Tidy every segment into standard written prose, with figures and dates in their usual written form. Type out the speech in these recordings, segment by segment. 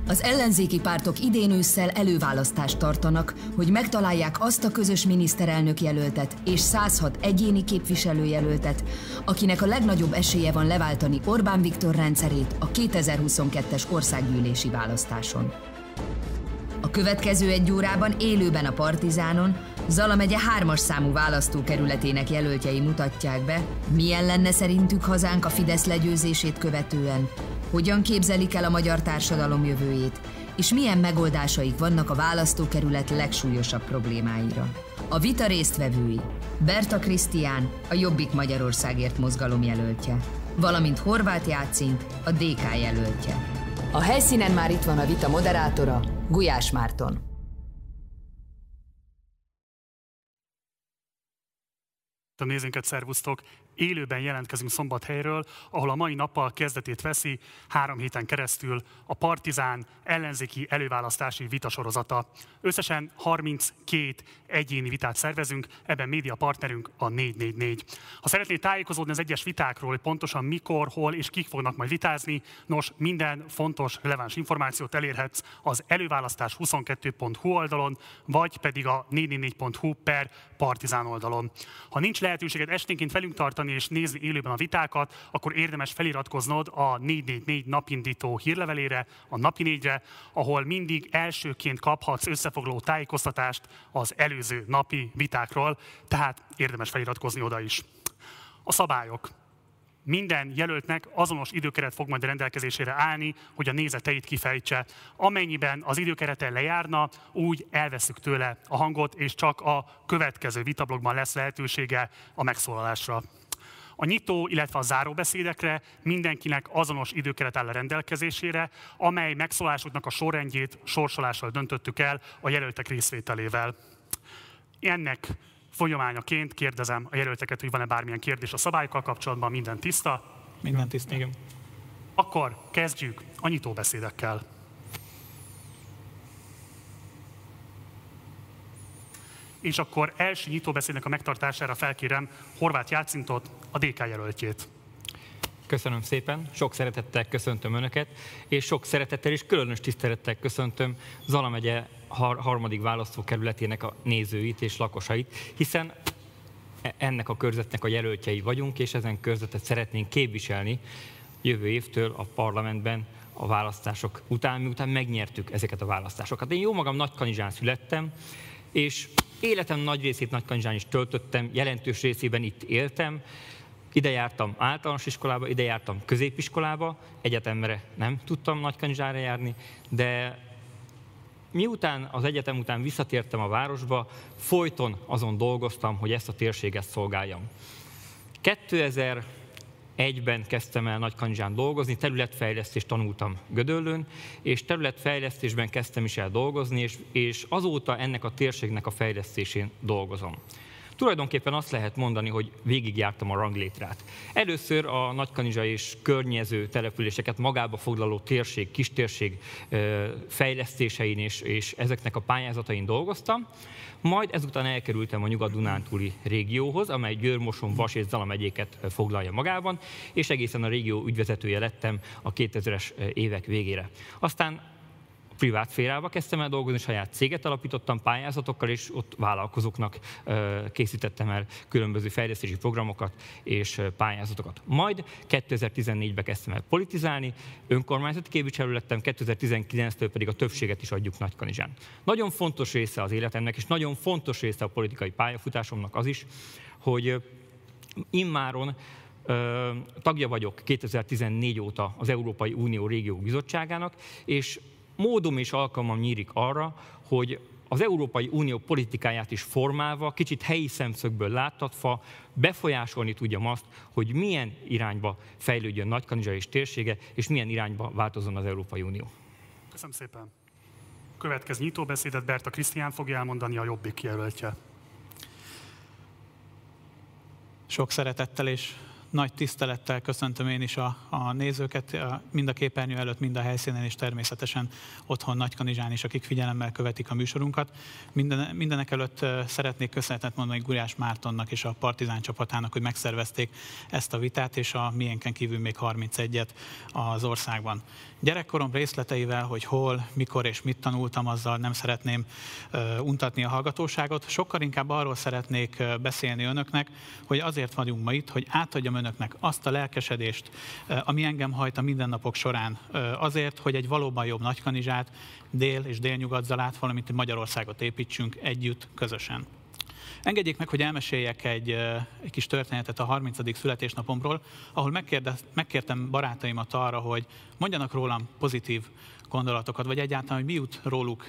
Az ellenzéki pártok idén ősszel előválasztást tartanak, hogy megtalálják azt a közös miniszterelnök jelöltet és 106 egyéni képviselőjelöltet, akinek a legnagyobb esélye van leváltani Orbán Viktor rendszerét a 2022-es országgyűlési választáson. A következő 1 órában élőben a Partizánon Zala megye 3-as számú választókerületének jelöltjei mutatják be, milyen lenne szerintük hazánk a Fidesz legyőzését követően, hogyan képzelik el a magyar társadalom jövőjét, és milyen megoldásaik vannak a választókerület legsúlyosabb problémáira. A vita résztvevői: Berta Krisztián, a Jobbik Magyarországért mozgalom jelöltje, valamint Horváth Játszint, a DK jelöltje. A helyszínen már itt van a vita moderátora, Gulyás Márton. A nézőinket, szervusztok! Élőben jelentkezünk Szombathelyről, ahol a mai nappal kezdetét veszi 3 héten keresztül a Partizán ellenzéki előválasztási vitasorozata. Összesen 32 egyéni vitát szervezünk, ebben média partnerünk a 444. Ha szeretnél tájékozódni az egyes vitákról, hogy pontosan mikor, hol és kik fognak majd vitázni, nos, minden fontos, releváns információt elérhetsz az előválasztás22.hu oldalon, vagy pedig a 444.hu/Partizán oldalon. Ha nincs lehetőséged esténként velünk tartani és nézni élőben a vitákat, akkor érdemes feliratkoznod a 444 napindító hírlevelére, a Napi 4-re, ahol mindig elsőként kaphatsz összefoglaló tájékoztatást az előző napi vitákról, tehát érdemes feliratkozni oda is. A szabályok. Minden jelöltnek azonos időkeret fog majd rendelkezésére állni, hogy a nézeteit kifejtse. Amennyiben az időkerete lejárna, úgy elveszük tőle a hangot, és csak a következő vitablogban lesz lehetősége a megszólalásra. A nyitó, illetve a záróbeszédekre mindenkinek azonos időkeret áll a rendelkezésére, amely megszólásoknak a sorrendjét sorsolással döntöttük el a jelöltek részvételével. Ennek folyamányaként kérdezem a jelölteket, hogy van-e bármilyen kérdés a szabályokkal kapcsolatban, minden tiszta? Minden tiszta, igen. Akkor kezdjük a nyitóbeszédekkel. És akkor első nyitóbeszédnek a megtartására felkérem Horváth Játszintot, a DK jelöltjét. Köszönöm szépen, sok szeretettel köszöntöm Önöket, és sok szeretettel és különös tisztelettel köszöntöm Zala megye 3. választókerületének a nézőit és lakosait, hiszen ennek a körzetnek a jelöltjei vagyunk, és ezen körzetet szeretnénk képviselni jövő évtől a parlamentben a választások után, miután megnyertük ezeket a választásokat. Én jó magam Nagykanizsán születtem, és életem nagy részét Nagykanizsán is töltöttem, jelentős részében itt éltem. Ide jártam általános iskolába, ide jártam középiskolába, egyetemre nem tudtam Nagykanizsára járni, de miután az egyetem után visszatértem a városba, folyton azon dolgoztam, hogy ezt a térséget szolgáljam. 2001-ben kezdtem el Nagykanizsán dolgozni, területfejlesztést tanultam Gödöllőn, és területfejlesztésben kezdtem is el dolgozni, és azóta ennek a térségnek a fejlesztésén dolgozom. Tulajdonképpen azt lehet mondani, hogy végigjártam a ranglétrát. Először a Nagykanizsa és környező településeket magába foglaló térség, kistérség fejlesztésein és ezeknek a pályázatain dolgoztam, majd ezután elkerültem a Nyugat-Dunántúli régióhoz, amely Győr, Moson, Vas és Zala megyéket foglalja magában, és egészen a régió ügyvezetője lettem a 2000-es évek végére. Aztán privát szférába kezdtem el dolgozni, saját céget alapítottam pályázatokkal, és ott vállalkozóknak készítettem el különböző fejlesztési programokat és pályázatokat. Majd 2014-ben kezdtem el politizálni, önkormányzati képviselő lettem, 2019-től pedig a többséget is adjuk Nagykanizsán. Nagyon fontos része az életemnek, és nagyon fontos része a politikai pályafutásomnak az is, hogy immáron tagja vagyok 2014 óta az Európai Unió Régiók Bizottságának, és módom és alkalmam nyílik arra, hogy az Európai Unió politikáját is formálva, kicsit helyi szemszögből láttatva, befolyásolni tudjam azt, hogy milyen irányba fejlődjön Nagykanizsa és térsége, és milyen irányba változzon az Európai Unió. Köszönöm szépen. Következő nyitóbeszédet Berta Krisztián fogja elmondani, a Jobbik jelöltje. Sok szeretettel és Nagy tisztelettel köszöntöm én is a nézőket, mind a képernyő előtt, mind a helyszínen, és természetesen otthon Nagykanizsán is, akik figyelemmel követik a műsorunkat. Mindenek előtt szeretnék köszönetet mondani Gulyás Mártonnak és a Partizán csapatának, hogy megszervezték ezt a vitát, és a miénken kívül még 31-et az országban. Gyerekkorom részleteivel, hogy hol, mikor és mit tanultam, azzal nem szeretném untatni a hallgatóságot. Sokkal inkább arról szeretnék beszélni önöknek, hogy azért vagyunk ma itt, hogy átadjam önöknek azt a lelkesedést, ami engem hajt a mindennapok során azért, hogy egy valóban jobb Nagykanizsát, Dél- és Délnyugat-Zalát, valamint Magyarországot építsünk együtt, közösen. Engedjék meg, hogy elmeséljek egy kis történetet a 30. születésnapomról, ahol megkértem barátaimat arra, hogy mondjanak rólam pozitív gondolatokat, vagy egyáltalán, hogy mi jut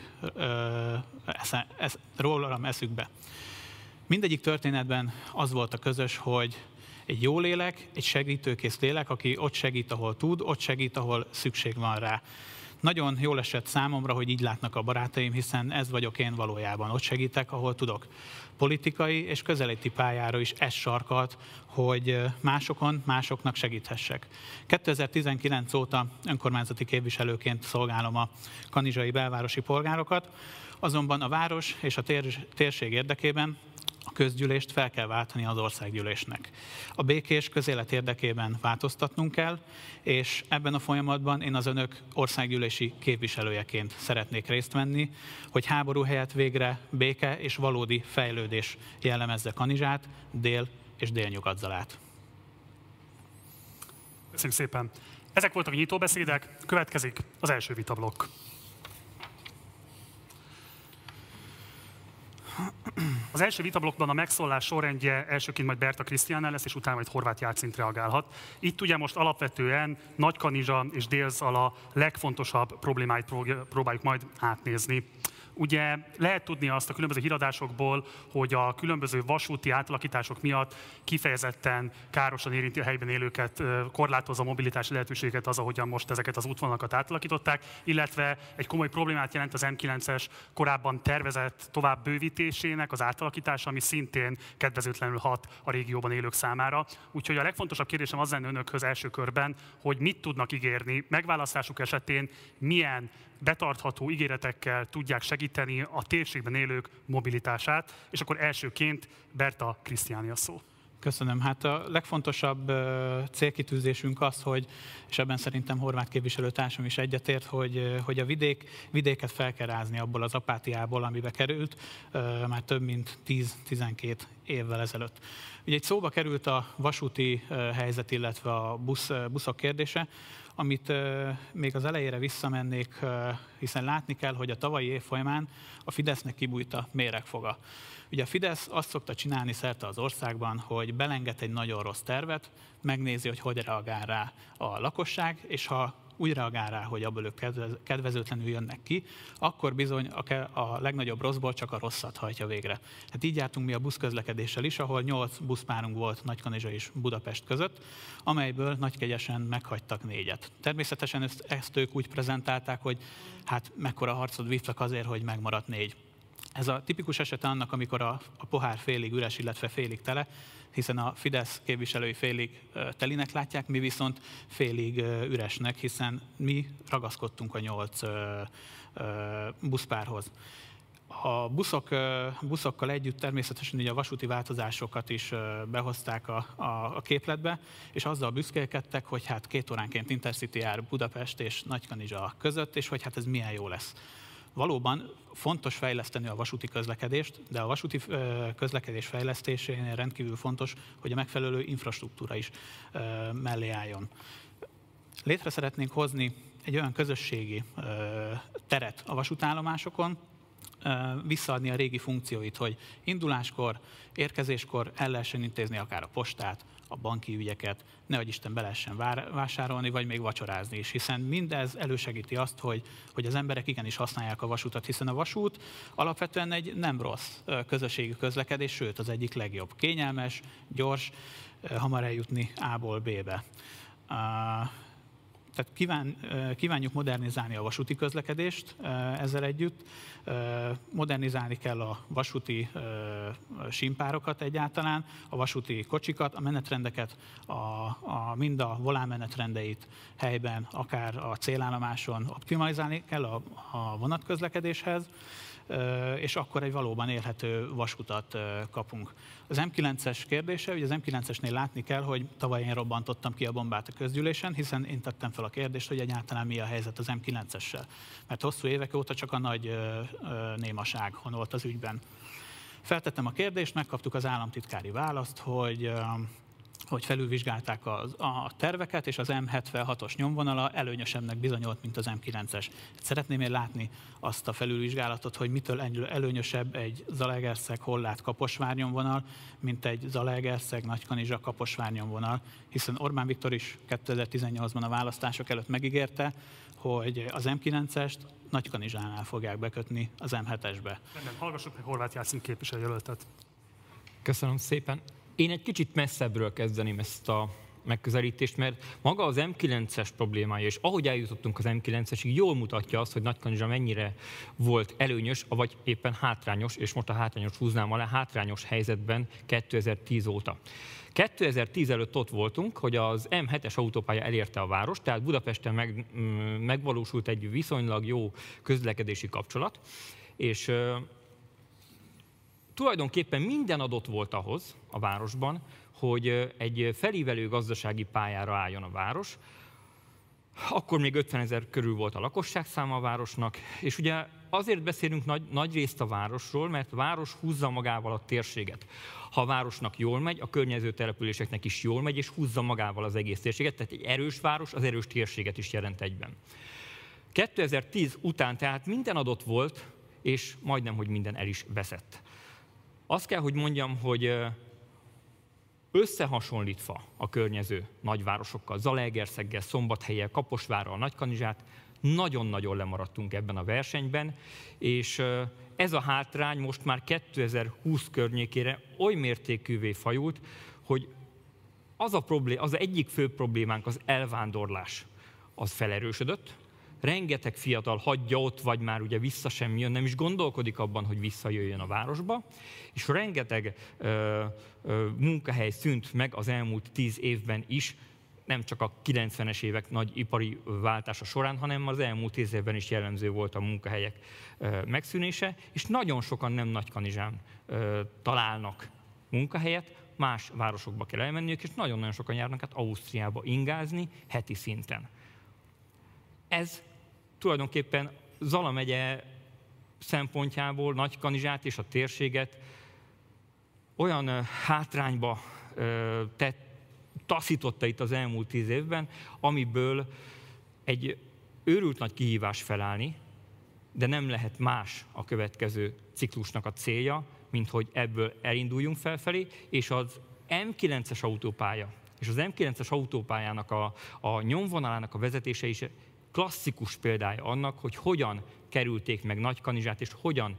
rólam eszükbe. Mindegyik történetben az volt a közös, hogy egy jó lélek, egy segítőkész lélek, aki ott segít, ahol tud, ott segít, ahol szükség van rá. Nagyon jól esett számomra, hogy így látnak a barátaim, hiszen ez vagyok én valójában. Ott segítek, ahol tudok. Politikai és közeleti pályára is ez sarkalt, hogy másoknak segíthessek. 2019 óta önkormányzati képviselőként szolgálom a kanizsai belvárosi polgárokat, azonban a város és a térség érdekében a közgyűlést fel kell váltani az országgyűlésnek. A békés közélet érdekében változtatnunk kell, és ebben a folyamatban én az önök országgyűlési képviselőjeként szeretnék részt venni, hogy háború helyett végre béke és valódi fejlődés jellemezze Kanizsát, Dél- és Délnyugat-Zalát. Köszönjük szépen! Ezek voltak a nyitóbeszédek, következik az első vitablokk. Az első vitablokkban a megszólás sorrendje elsőként majd Berta Krisztiánnál lesz, és utána majd Horváth Játszint reagálhat. Itt ugye most alapvetően Nagykanizsa és Dél-Zala legfontosabb problémáit próbáljuk majd átnézni. Ugye lehet tudni azt a különböző híradásokból, hogy a különböző vasúti átalakítások miatt kifejezetten károsan érinti a helyben élőket, korlátozza a mobilitási lehetőséget az, ahogyan most ezeket az útvonalakat átalakították, illetve egy komoly problémát jelent az M9-es korábban tervezett tovább bővítésének az átalakítása, ami szintén kedvezőtlenül hat a régióban élők számára. Úgyhogy a legfontosabb kérdésem az lenne önökhöz első körben, hogy mit tudnak ígérni megválasztásuk esetén, milyen betartható ígéretekkel tudják segíteni a térségben élők mobilitását, és akkor elsőként Berta Krisztiáni a szó. Köszönöm. Hát a legfontosabb célkitűzésünk az, hogy, és ebben szerintem Horváth képviselőtársam is egyetért, hogy a vidéket fel kell rázni abból az apátiából, amibe került már több mint 10-12 évvel ezelőtt. Ugye egy szóba került a vasúti helyzet, illetve a buszok kérdése, amit még az elejére visszamennék, hiszen látni kell, hogy a tavalyi év folyamán a Fidesznek kibújt a méregfoga. Ugye a Fidesz azt szokta csinálni szerte az országban, hogy belenged egy nagyon rossz tervet, megnézi, hogy reagál rá a lakosság, és ha úgy reagál rá, hogy abból ők kedvezőtlenül jönnek ki, akkor bizony a legnagyobb rosszból csak a rosszat hajtja végre. Hát így jártunk mi a buszközlekedéssel is, ahol 8 buszpárunk volt Nagykanizsa és Budapest között, amelyből nagykegyesen meghagytak 4-et. Természetesen ezt ők úgy prezentálták, hogy hát mekkora harcot vívtak azért, hogy megmaradt 4. Ez a tipikus esete annak, amikor a pohár félig üres, illetve félig tele, hiszen a Fidesz képviselői félig telinek látják, mi viszont félig üresnek, hiszen mi ragaszkodtunk a 8 buszpárhoz. A buszokkal együtt természetesen ugye a vasúti változásokat is behozták a képletbe, és azzal büszkélkedtek, hogy hát 2 óránként Intercity jár Budapest és Nagykanizsa között, és hogy hát ez milyen jó lesz. Valóban fontos fejleszteni a vasúti közlekedést, de a vasúti közlekedés fejlesztésénél rendkívül fontos, hogy a megfelelő infrastruktúra is mellé álljon. Létre szeretnénk hozni egy olyan közösségi teret a vasútállomásokon, visszaadni a régi funkcióit, hogy induláskor, érkezéskor el lehessen intézni akár a postát, a banki ügyeket, nehogy Isten be lehessen vásárolni, vagy még vacsorázni is, hiszen mindez elősegíti azt, hogy az emberek igenis használják a vasutat, hiszen a vasút alapvetően egy nem rossz közösségi közlekedés, sőt az egyik legjobb. Kényelmes, gyors, hamar eljutni A-ból B-be. Tehát kívánjuk modernizálni a vasúti közlekedést ezzel együtt, modernizálni kell a vasúti sínpárokat egyáltalán, a vasúti kocsikat, a menetrendeket, mind a volán menetrendeit helyben, akár a célállomáson optimalizálni kell a vonatközlekedéshez, és akkor egy valóban élhető vasutat kapunk. Az M9-es kérdése, ugye az M9-esnél látni kell, hogy tavaly én robbantottam ki a bombát a közgyűlésen, hiszen én tettem fel a kérdést, hogy egyáltalán mi a helyzet az M9-essel. Mert hosszú évek óta csak a nagy némaság honolt az ügyben. Feltettem a kérdést, megkaptuk az államtitkári választ, hogy felülvizsgálták a terveket, és az M76-os nyomvonala előnyösebbnek bizonyult, mint az M9-es. Szeretném én látni azt a felülvizsgálatot, hogy mitől előnyösebb egy Zalaegerszeg-Hollát-Kaposvár nyomvonal, mint egy Zalaegerszeg-Nagykanizsa-Kaposvár nyomvonal, hiszen Orbán Viktor is 2018-ban a választások előtt megígérte, hogy az M9-est Nagykanizsánál fogják bekötni az M7-esbe. Hallgassuk meg Horváth Jászin képviselőjelöltet. Köszönöm szépen. Én egy kicsit messzebbről kezdeném ezt a megközelítést, mert maga az M9-es problémája, és ahogy eljutottunk az M9-esig, jól mutatja azt, hogy Nagykanizsa mennyire volt előnyös, vagy éppen hátrányos, és most a hátrányos húznám alá, hátrányos helyzetben 2010 óta. 2010 előtt ott voltunk, hogy az M7-es autópálya elérte a várost, tehát Budapesten megvalósult egy viszonylag jó közlekedési kapcsolat, és tulajdonképpen minden adott volt ahhoz a városban, hogy egy felívelő gazdasági pályára álljon a város. Akkor még 50 000 körül volt a lakosságszáma a városnak, és ugye azért beszélünk nagy részt a városról, mert a város húzza magával a térséget. Ha a városnak jól megy, a környező településeknek is jól megy, és húzza magával az egész térséget, tehát egy erős város az erős térséget is jelent egyben. 2010 után tehát minden adott volt, és majdnem, hogy minden el is veszett. Azt kell, hogy mondjam, hogy összehasonlítva a környező nagyvárosokkal, Zalaegerszeggel, Szombathellyel, Kaposvárral, Nagykanizsát, nagyon-nagyon lemaradtunk ebben a versenyben, és ez a hátrány most már 2020 környékére oly mértékűvé fajult, hogy az egyik fő problémánk, az elvándorlás, az felerősödött. Rengeteg fiatal hagyja ott, vagy már ugye vissza sem jön, nem is gondolkodik abban, hogy visszajöjjön a városba, és rengeteg munkahely szűnt meg az elmúlt 10 évben is, nem csak a 90-es évek nagy ipari váltása során, hanem az elmúlt 10 évben is jellemző volt a munkahelyek megszűnése, és nagyon sokan nem Nagykanizsán találnak munkahelyet, más városokba kell elmenniük, és nagyon-nagyon sokan járnak át Ausztriába ingázni heti szinten. Ez tulajdonképpen Zala megye szempontjából Nagykanizsát és a térséget olyan hátrányba taszította itt az elmúlt 10 évben, amiből egy őrült nagy kihívás felállni, de nem lehet más a következő ciklusnak a célja, mint hogy ebből elinduljunk felfelé, és az M9-es autópálya, és az M9-es autópályának a nyomvonalának a vezetése is klasszikus példája annak, hogy hogyan kerülték meg Nagykanizsát, és hogyan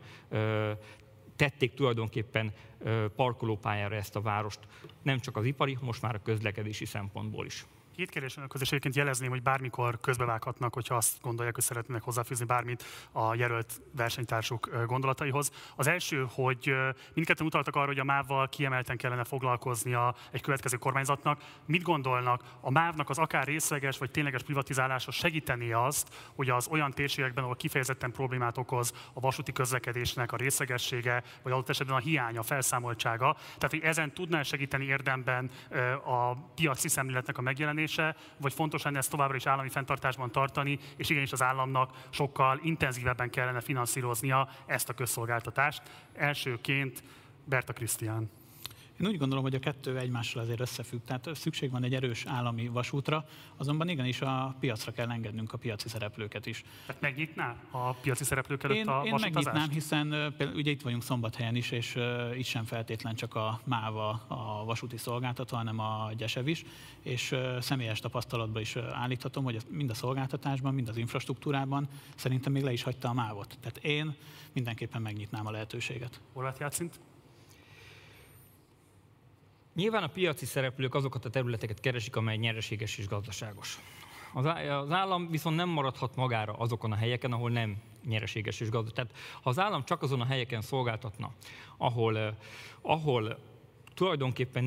tették tulajdonképpen parkolópályára ezt a várost, nem csak az ipari, most már a közlekedési szempontból is. Két kérdés önökhöz, és egyébként jelezném, hogy bármikor közbevághatnak, hogyha azt gondolják, hogy szeretnének hozzáfűzni bármit a jelölt versenytársuk gondolataihoz. Az első, hogy mindketten utaltak arra, hogy a MÁV-val kiemelten kellene foglalkoznia egy következő kormányzatnak. Mit gondolnak, a MÁV-nak az akár részleges vagy tényleges privatizálása segíteni azt, hogy az olyan térségekben, ahol kifejezetten problémát okoz a vasúti közlekedésnek a részlegessége, vagy adott esetben a hiánya, a felszámoltsága, tehát hogy ezen tudná segíteni érdemben a piaci szemléletnek a megjelenése, vagy fontos lenne ezt továbbra is állami fenntartásban tartani, és igenis az államnak sokkal intenzívebben kellene finanszíroznia ezt a közszolgáltatást. Elsőként Berta Krisztián. Én úgy gondolom, hogy a kettő egymással azért összefügg, tehát szükség van egy erős állami vasútra, azonban igenis a piacra kell engednünk a piaci szereplőket is. Tehát megnyitná a piaci szereplők előtt a Én megnyitnám, hiszen ugye itt vagyunk Szombathelyen is, és itt sem feltétlen csak a MÁV a vasúti szolgáltató, hanem a Gyesev is, és személyes tapasztalatban is állíthatom, hogy mind a szolgáltatásban, mind az infrastruktúrában szerintem még le is hagyta a MÁV-ot. Tehát én mindenképpen megnyitnám a lehetőséget. Horváth Jászint? Nyilván a piaci szereplők azokat a területeket keresik, amely nyereséges és gazdaságos. Az állam viszont nem maradhat magára azokon a helyeken, ahol nem nyereséges és gazdag. Tehát ha az állam csak azon a helyeken szolgáltatna, ahol tulajdonképpen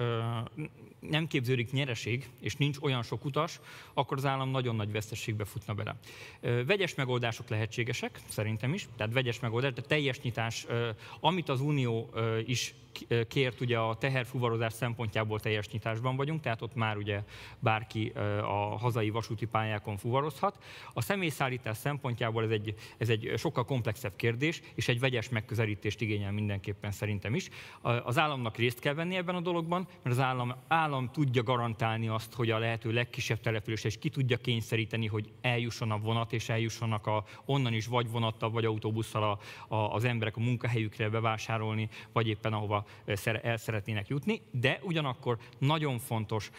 nem képződik nyereség, és nincs olyan sok utas, akkor az állam nagyon nagy veszteségbe futna bele. Vegyes megoldások lehetségesek, szerintem is, tehát vegyes megoldás, de teljes nyitás, amit az Unió is kért, ugye a teherfuvarozás szempontjából teljes nyitásban vagyunk, tehát ott már ugye bárki a hazai vasúti pályákon fuvarozhat. A személyszállítás szempontjából ez egy sokkal komplexebb kérdés, és egy vegyes megközelítést igényel mindenképpen szerintem is. Az államnak részt kell venni ebben a dologban, mert az állam tudja garantálni azt, hogy a lehető legkisebb településre is ki tudja kényszeríteni, hogy eljusson a vonat, és eljussanak onnan is vagy vonattal, vagy autóbusszal az emberek a munkahelyükre bevásárolni, vagy éppen ahova el szeretnének jutni, de ugyanakkor nagyon fontos,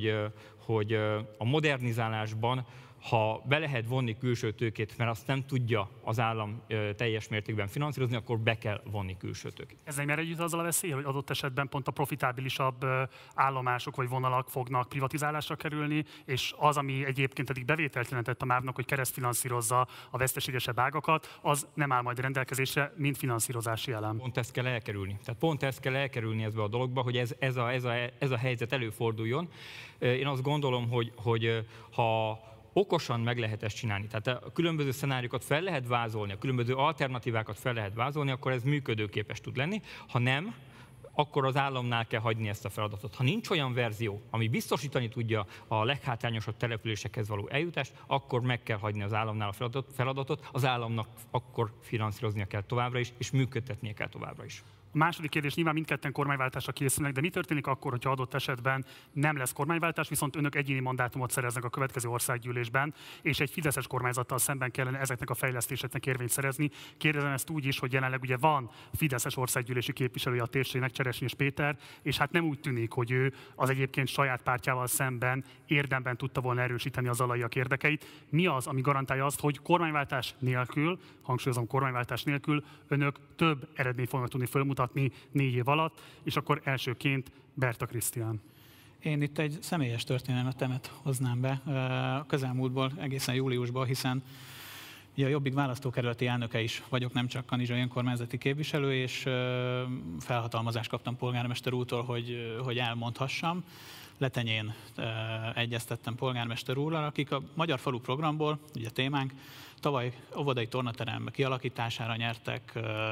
hogy a modernizálásban, ha be lehet vonni külső tőkét, mert azt nem tudja az állam teljes mértékben finanszírozni, akkor be kell vonni külső tőkét. Ez nem jár együtt azzal a veszélye, hogy adott esetben pont a profitábilisabb állomások vagy vonalak fognak privatizálásra kerülni, és az, ami egyébként eddig bevételt jelentett a MÁV-nak, hogy keresztfinanszírozza a veszteségesebb ágakat, az nem áll majd rendelkezésre, mint finanszírozási elem. Pont ezt kell elkerülni. Tehát pont ezt kell elkerülni ebbe a dologba, hogy ez a helyzet előforduljon. Én azt gondolom, hogy ha okosan meg lehet ezt csinálni. Tehát a különböző szenáriókat fel lehet vázolni, a különböző alternatívákat fel lehet vázolni, akkor ez működőképes tud lenni. Ha nem, akkor az államnál kell hagyni ezt a feladatot. Ha nincs olyan verzió, ami biztosítani tudja a leghátrányosabb településekhez való eljutást, akkor meg kell hagyni az államnál a feladatot, az államnak akkor finanszíroznia kell továbbra is, és működtetnie kell továbbra is. A második kérdés, nyilván mindketten kormányváltásra készülnek, de mi történik akkor, hogyha adott esetben nem lesz kormányváltás, viszont önök egyéni mandátumot szereznek a következő országgyűlésben, és egy fideszes kormányzattal szemben kellene ezeknek a fejlesztéseknek érvényt szerezni. Kérdezem ezt úgy is, hogy jelenleg ugye van fideszes országgyűlési képviselője a térségnek, Cseresnyés Péter, és hát nem úgy tűnik, hogy ő az egyébként saját pártjával szemben érdemben tudta volna erősíteni az zalaiak érdekeit. Mi az, ami garantálja azt, hogy kormányváltás nélkül, hangsúlyozom, kormányváltás nélkül önök több eredményt fognak tudni felmutatni 4 év alatt, és akkor elsőként Berta Krisztián. Én itt egy személyes történetemet hoznám be a közelmúltból, egészen júliusból, hiszen ugye a Jobbik választókerületi elnöke is vagyok, nem csak kanizsai önkormányzati képviselő, és felhatalmazást kaptam polgármester úrtól, hogy elmondhassam. Letenyén egyeztettem polgármester úrral, akik a Magyar Falu programból, ugye témánk, tavaly óvodai tornaterem kialakítására nyertek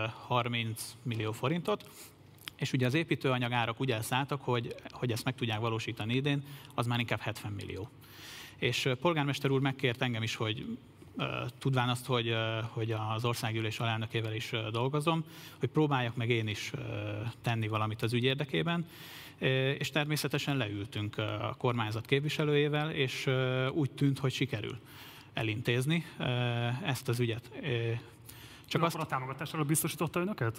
30 millió forintot, és ugye az építőanyag árak úgy elszálltak, hogy ezt meg tudják valósítani idén, az már inkább 70 millió. És polgármester úr megkért engem is, hogy tudván azt, hogy az országgyűlés alelnökével is dolgozom, hogy próbáljak meg én is tenni valamit az ügy érdekében, és természetesen leültünk a kormányzat képviselőjével, és úgy tűnt, hogy sikerül elintézni ezt az ügyet. Csak azt a támogatásról biztosította önöket?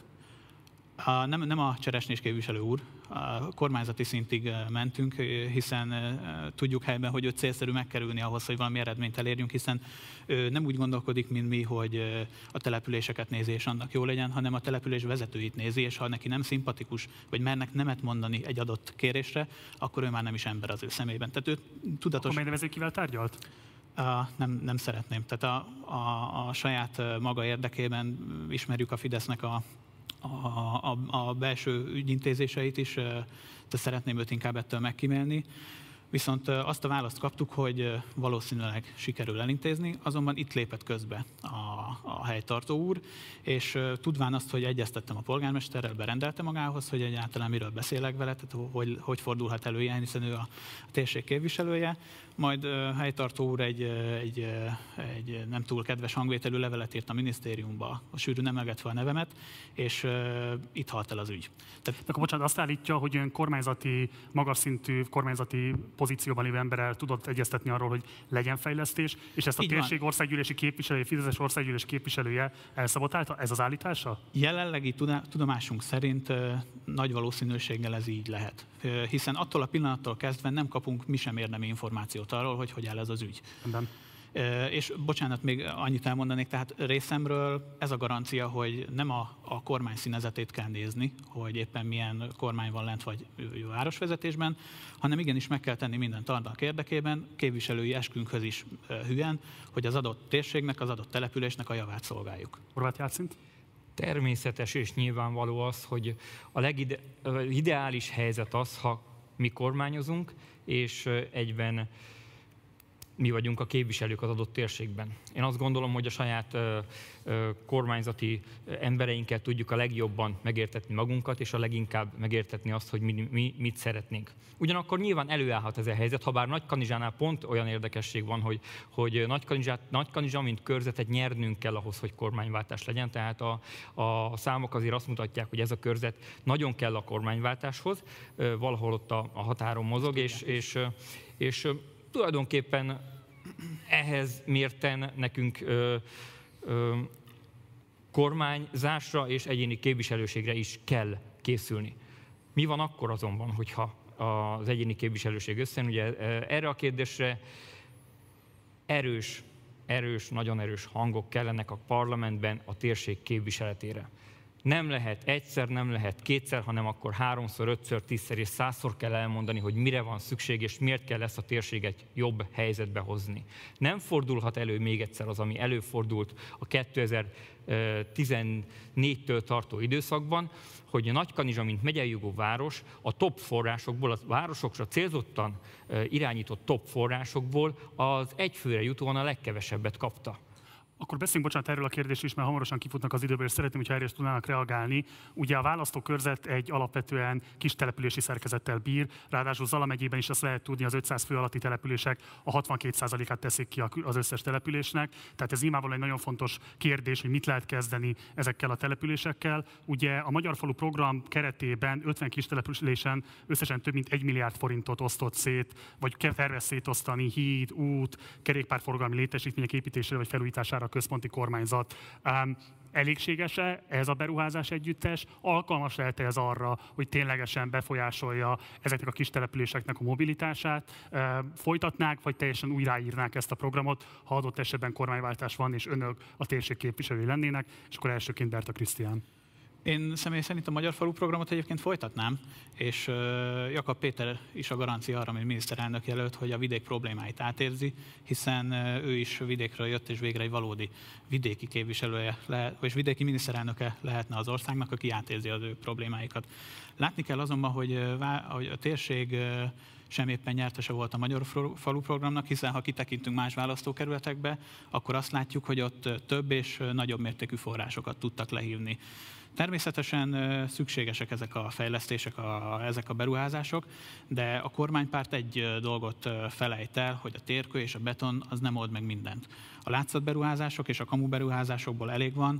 Nem a Cseresnyés képviselő úr, a kormányzati szintig mentünk, hiszen tudjuk helyben, hogy őt célszerű megkerülni ahhoz, hogy valami eredményt elérjünk, hiszen ő nem úgy gondolkodik, mint mi, hogy a településeket nézi és annak jó legyen, hanem a település vezetőit nézi, és ha neki nem szimpatikus, vagy mernek nemet mondani egy adott kérésre, akkor ő már nem is ember az ő szemében. Tehát ő tudatos... Akkor megnevezőkivel tárgyalt? Nem szeretném. Tehát a saját maga érdekében ismerjük a Fidesznek a belső ügyintézéseit is, de szeretném őt inkább ettől megkímélni. Viszont azt a választ kaptuk, hogy valószínűleg sikerül elintézni, azonban itt lépett közbe a helytartó úr, és tudván azt, hogy egyeztettem a polgármesterrel, berendelte magához, hogy egyáltalán miről beszélek vele, tehát hogy fordulhat elő ilyen, hiszen ő a térség képviselője. Majd helytartó úr egy nem túl kedves hangvételű levelet írt a minisztériumba, a sűrűn emlegetve a nevemet, és itt halt el az ügy. Akkor bocsánat, azt állítja, hogy ön kormányzati, magas szintű kormányzati pozícióban lévő emberrel tudott egyeztetni arról, hogy legyen fejlesztés, és ezt a térség országgyűlési képviselője, Fideszes országgyűlési képviselője elszabotálta? Ez az állítása? Jelenlegi tudomásunk szerint nagy valószínűséggel ez így lehet. Hiszen attól a pillanattól kezdve nem kapunk mi sem érdemi információt arról, hogy áll ez az ügy. Ebben. És bocsánat, még annyit elmondanék, tehát részemről ez a garancia, hogy nem a kormány színezetét kell nézni, hogy éppen milyen kormány van lent vagy városvezetésben, hanem igenis meg kell tenni mindent annak érdekében, képviselői eskünkhöz is hülyen, hogy az adott térségnek, az adott településnek a javát szolgáljuk. Horváth Játszint? Természetes és nyilvánvaló az, hogy a legideális helyzet az, ha mi kormányozunk, és egyben mi vagyunk a képviselők az adott térségben. Én azt gondolom, hogy a saját kormányzati embereinkkel tudjuk a legjobban megértetni magunkat, és a leginkább megértetni azt, hogy mi mit szeretnénk. Ugyanakkor nyilván előállhat ez a helyzet, ha bár Nagykanizsánál pont olyan érdekesség van, hogy Nagykanizsa, mint körzetet nyernünk kell ahhoz, hogy kormányváltás legyen, tehát a számok azért azt mutatják, hogy ez a körzet nagyon kell a kormányváltáshoz, valahol ott a határon mozog, és tulajdonképpen ehhez mérten nekünk kormányzásra és egyéni képviselőségre is kell készülni. Mi van akkor azonban, hogyha az egyéni képviselőség összejön? Ugye erre a kérdésre nagyon erős hangok kellenek a parlamentben a térség képviseletére. Nem lehet egyszer, nem lehet kétszer, hanem akkor 3-szor, 5-ször, 10-szer és 100-szor kell elmondani, hogy mire van szükség, és miért kell ezt a térséget jobb helyzetbe hozni. Nem fordulhat elő még egyszer az, ami előfordult a 2014-től tartó időszakban, hogy a Nagykanizsa, mint megyei jogú város, a top forrásokból, a városokra célzottan irányított top forrásokból az egyfőre jutóan a legkevesebbet kapta. Akkor beszéljünk, bocsánat, erről a kérdésről is, mert hamarosan kifutnak az időből, és szeretném, hogyha erre is tudnának reagálni. Ugye a választókörzet egy alapvetően kis települési szerkezettel bír, ráadásul Zala megyében is azt lehet tudni, az 500 fő alatti települések a 62%-át teszik ki az összes településnek. Tehát ez nyilvánvalóan egy nagyon fontos kérdés, hogy mit lehet kezdeni ezekkel a településekkel. Ugye a Magyar Falu program keretében 50 kis településen összesen több mint 1 milliárd forintot osztott szét, vagy tervez szétosztani híd, út, kerékpárforgalmi létesítmények építésére vagy felújítására a központi kormányzat. Elégséges-e ez a beruházás együttes? Alkalmas lehet-e ez arra, hogy ténylegesen befolyásolja ezeknek a kis településeknek a mobilitását? Folytatnák, vagy teljesen újraírnák ezt a programot, ha adott esetben kormányváltás van, és önök a térség képviselői lennének, és akkor elsőként Berta Krisztián. Én személy szerint a Magyar Falu programot egyébként folytatnám, és Jakab Péter is a garancia arra, mint miniszterelnök jelölt, hogy a vidék problémáit átérzi, hiszen ő is vidékről jött, és végre egy valódi vidéki képviselője, és vidéki miniszterelnöke lehetne az országnak, aki átérzi az ő problémáikat. Látni kell azonban, hogy a térség sem éppen nyertese volt a Magyar Falu programnak, hiszen ha kitekintünk más választókerületekbe, akkor azt látjuk, hogy ott több és nagyobb mértékű forrásokat tudtak lehívni. Természetesen szükségesek ezek a fejlesztések, ezek a beruházások, de a kormánypárt egy dolgot felejt el, hogy a térkő és a beton az nem old meg mindent. A látszatberuházások és a kamuberuházásokból elég van,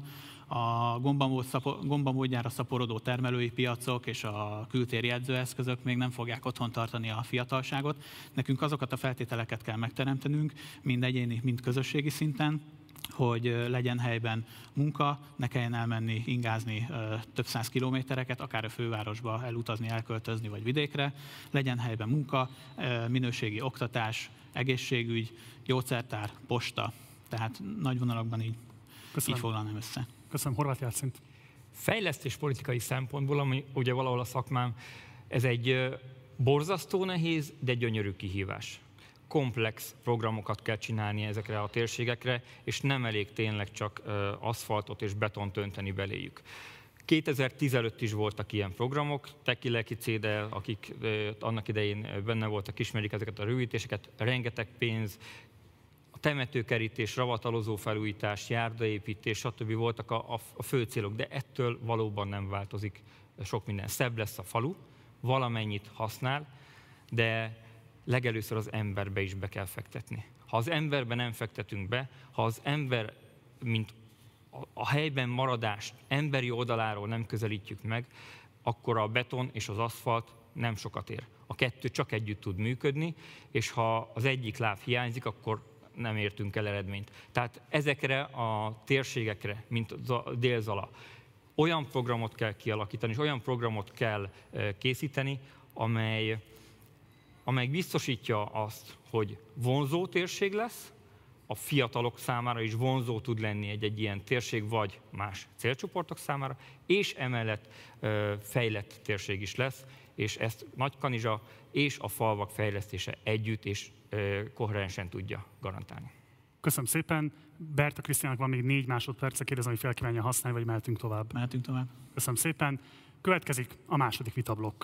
a gombamódjára szaporodó termelői piacok és a kültéri edzőeszközök még nem fogják otthon tartani a fiatalságot. Nekünk azokat a feltételeket kell megteremtenünk, mind egyéni, mind közösségi szinten, hogy legyen helyben munka, ne kelljen elmenni, ingázni több száz kilométereket, akár a fővárosba elutazni, elköltözni vagy vidékre, legyen helyben munka, minőségi oktatás, egészségügy, gyógyszertár, posta. Tehát nagy vonalakban így foglalnám össze. Köszönöm, Horváth Játszint. Fejlesztéspolitikai szempontból, ami ugye valahol a szakmám, ez egy borzasztó nehéz, de gyönyörű kihívás. Komplex programokat kell csinálni ezekre a térségekre, és nem elég tényleg csak aszfaltot és betont önteni beléjük. 2015 is voltak ilyen programok, Teki Leki Cédel, akik annak idején benne voltak, ismerik ezeket a rövidítéseket, rengeteg pénz, a temetőkerítés, ravatalozó felújítás, járdaépítés, stb. Voltak a fő célok, de ettől valóban nem változik sok minden. Szebb lesz a falu, valamennyit használ, de legelőször az emberbe is be kell fektetni. Ha az emberbe nem fektetünk be, ha az ember, mint a helyben maradást emberi oldaláról nem közelítjük meg, akkor a beton és az aszfalt nem sokat ér. A kettő csak együtt tud működni, és ha az egyik láb hiányzik, akkor nem értünk el eredményt. Tehát ezekre a térségekre, mint a Dél-Zala, olyan programot kell kialakítani, és olyan programot kell készíteni, amely biztosítja azt, hogy vonzó térség lesz, a fiatalok számára is vonzó tud lenni egy ilyen térség, vagy más célcsoportok számára, és emellett fejlett térség is lesz, és ezt Nagykanizsa és a falvak fejlesztése együtt és koherensen tudja garantálni. Köszönöm szépen. Berta Krisztiának van még 4 másodperce, kérdezem, hogy fel kívánja használni, vagy mehetünk tovább? Mehetünk tovább. Köszönöm szépen. Következik a második vitablokk.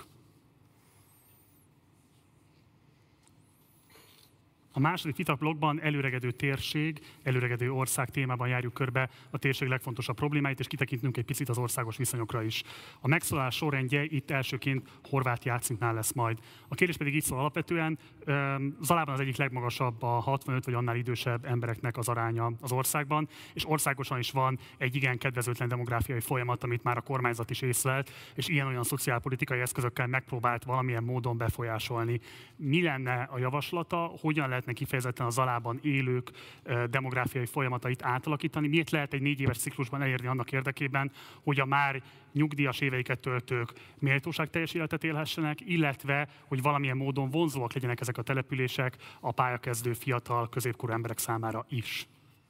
A második vitablokkban előregedő térség, előregedő ország témában járjuk körbe a térség legfontosabb problémáit, és kitekintünk egy picit az országos viszonyokra is. A megszólalás sorrendje itt elsőként Horváth Jácinknál lesz majd. A kérdés pedig így szól alapvetően, Zalában az egyik legmagasabb a 65 vagy annál idősebb embereknek az aránya az országban, és országosan is van egy igen kedvezőtlen demográfiai folyamat, amit már a kormányzat is észlelt, és ilyen-olyan szociálpolitikai eszközökkel megpróbált valamilyen módon befolyásolni. Mi lenne a javaslata, hogyan lehetne kifejezetten a Zalában élők demográfiai folyamatait átalakítani? Miért lehet egy 4 éves ciklusban elérni annak érdekében, hogy a már nyugdíjas éveiket töltők méltóságteljes életet élhessenek, illetve hogy valamilyen módon vonzóak legyenek ezek a települések a pályakezdő fiatal, középkorú emberek számára is?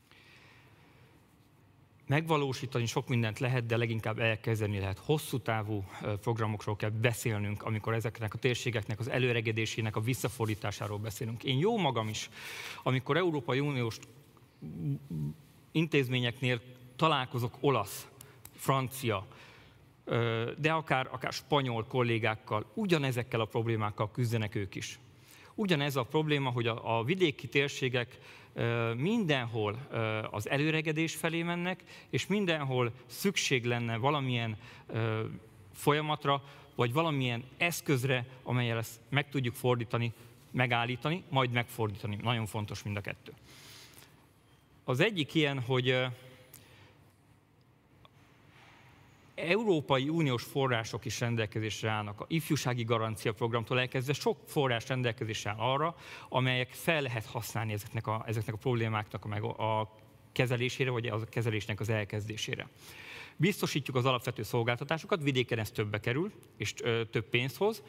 Megvalósítani sok mindent lehet, de leginkább elkezdeni lehet. Hosszú távú programokról kell beszélnünk, amikor ezeknek a térségeknek az előregedésének a visszafordításáról beszélünk. Én jó magam is, amikor Európai Uniós intézményeknél találkozok olasz, francia, de akár spanyol kollégákkal, ugyanezekkel a problémákkal küzdenek ők is. Ugyanez a probléma, hogy a vidéki térségek mindenhol az előregedés felé mennek, és mindenhol szükség lenne valamilyen folyamatra, vagy valamilyen eszközre, amellyel ezt meg tudjuk fordítani, megállítani, majd megfordítani. Nagyon fontos mind a kettő. Az egyik ilyen, hogy Európai Uniós források is rendelkezésre állnak. A ifjúsági garancia programtól elkezdve sok forrás rendelkezésre áll arra, amelyek fel lehet használni ezeknek a problémáknak a kezelésére, vagy a kezelésnek az elkezdésére. Biztosítjuk az alapvető szolgáltatásokat, vidéken ez többbe kerül, és több pénzt hoz.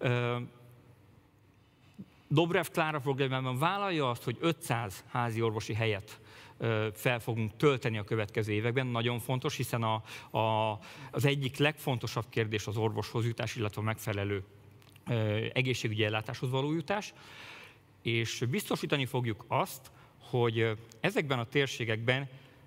Dobrev Klára programjában vállalja azt, hogy 500 házi orvosi helyet fel fogunk tölteni a következő években. Nagyon fontos, hiszen az egyik legfontosabb kérdés az orvoshoz jutás, illetve a megfelelő egészségügyi ellátáshoz való jutás. És biztosítani fogjuk azt, hogy ezekben a térségekben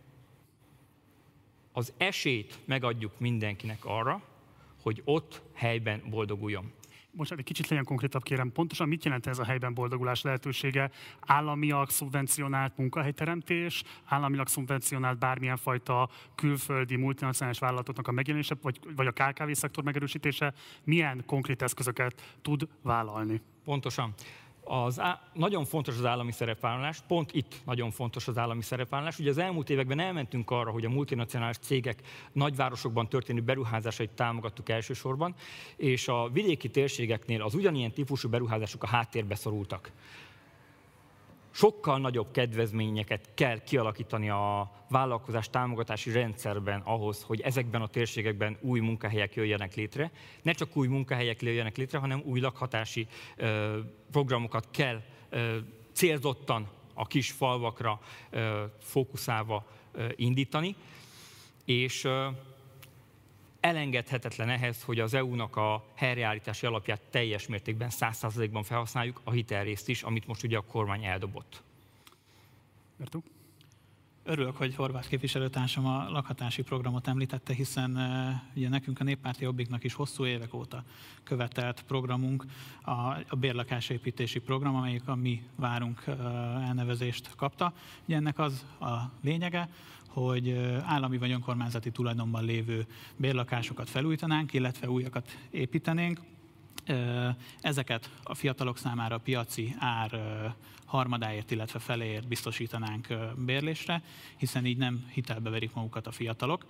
az esélyt megadjuk mindenkinek arra, hogy ott helyben boldoguljon. Most egy kicsit legyen konkrétabb, kérem, pontosan mit jelent ez a helyben boldogulás lehetősége? Államilag szubvencionált munkahelyteremtés, államilag szubvencionált bármilyen fajta külföldi multinacionális vállalatoknak a megjelenése, vagy a KKV-szektor megerősítése? Milyen konkrét eszközöket tud vállalni? Pontosan. Nagyon fontos az állami szerepvállalás, pont itt nagyon fontos az állami szerepvállalás. Ugye az elmúlt években elmentünk arra, hogy a multinacionális cégek nagyvárosokban történő beruházásait támogattuk elsősorban, és a vidéki térségeknél az ugyanilyen típusú beruházások a háttérbe szorultak. Sokkal nagyobb kedvezményeket kell kialakítani a vállalkozás támogatási rendszerben ahhoz, hogy ezekben a térségekben új munkahelyek jöjjenek létre. Ne csak új munkahelyek jöjjenek létre, hanem új lakhatási programokat kell célzottan a kis falvakra fókuszálva indítani. És elengedhetetlen ehhez, hogy az EU-nak a helyreállítási alapját teljes mértékben, 100%-ban felhasználjuk, a hitelrészt is, amit most ugye a kormány eldobott. Bertó? Örülök, hogy Horváth képviselőtársam a lakhatási programot említette, hiszen ugye nekünk a Néppárti Jobbiknak is hosszú évek óta követelt programunk a bérlakásépítési program, amelyik a mi várunk elnevezést kapta. Ugye ennek az a lényege, hogy állami vagy önkormányzati tulajdonban lévő bérlakásokat felújítanánk, illetve újakat építenénk. Ezeket a fiatalok számára a piaci ár harmadáért, illetve feléért biztosítanánk bérlésre, hiszen így nem hitelbe verik magukat a fiatalok.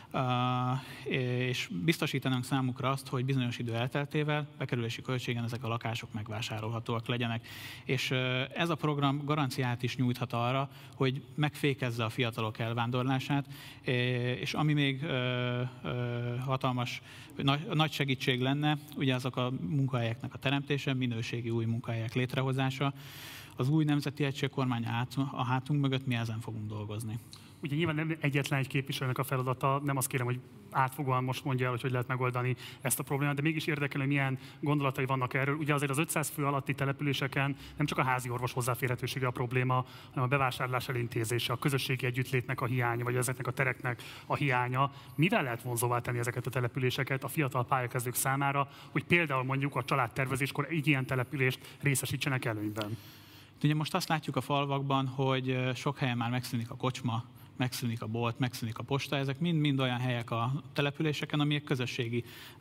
És biztosítanánk számukra azt, hogy bizonyos idő elteltével bekerülési költségen ezek a lakások megvásárolhatóak legyenek. És ez a program garanciát is nyújthat arra, hogy megfékezze a fiatalok elvándorlását, és ami még hatalmas, nagy segítség lenne, ugye azok a munkahelyeknek a teremtése, minőségi új munkahelyek létrehozása, az új nemzeti egységkormány a hátunk mögött mi ezen fogunk dolgozni. Ugye nyilván nem egyetlen egy képviselőnek a feladata, nem azt kérem, hogy átfogóan most mondja el, hogy lehet megoldani ezt a problémát, de mégis érdekel, hogy milyen gondolatai vannak erről. Ugye azért az 500 fő alatti településeken nem csak a házi orvos hozzáférhetősége a probléma, hanem a bevásárlás elintézése, a közösségi együttlétnek a hiánya, vagy ezeknek a tereknek a hiánya. Mivel lehet vonzóvá tenni ezeket a településeket a fiatal pályakezdők számára, hogy például mondjuk a családtervezéskor egy ilyen települést részesítsenek előnyben? Ugye most azt látjuk a falvakban, hogy sok helyen már megszűnik a kocsma, megszűnik a bolt, megszűnik a posta, ezek mind olyan helyek a településeken, amelyek közösségi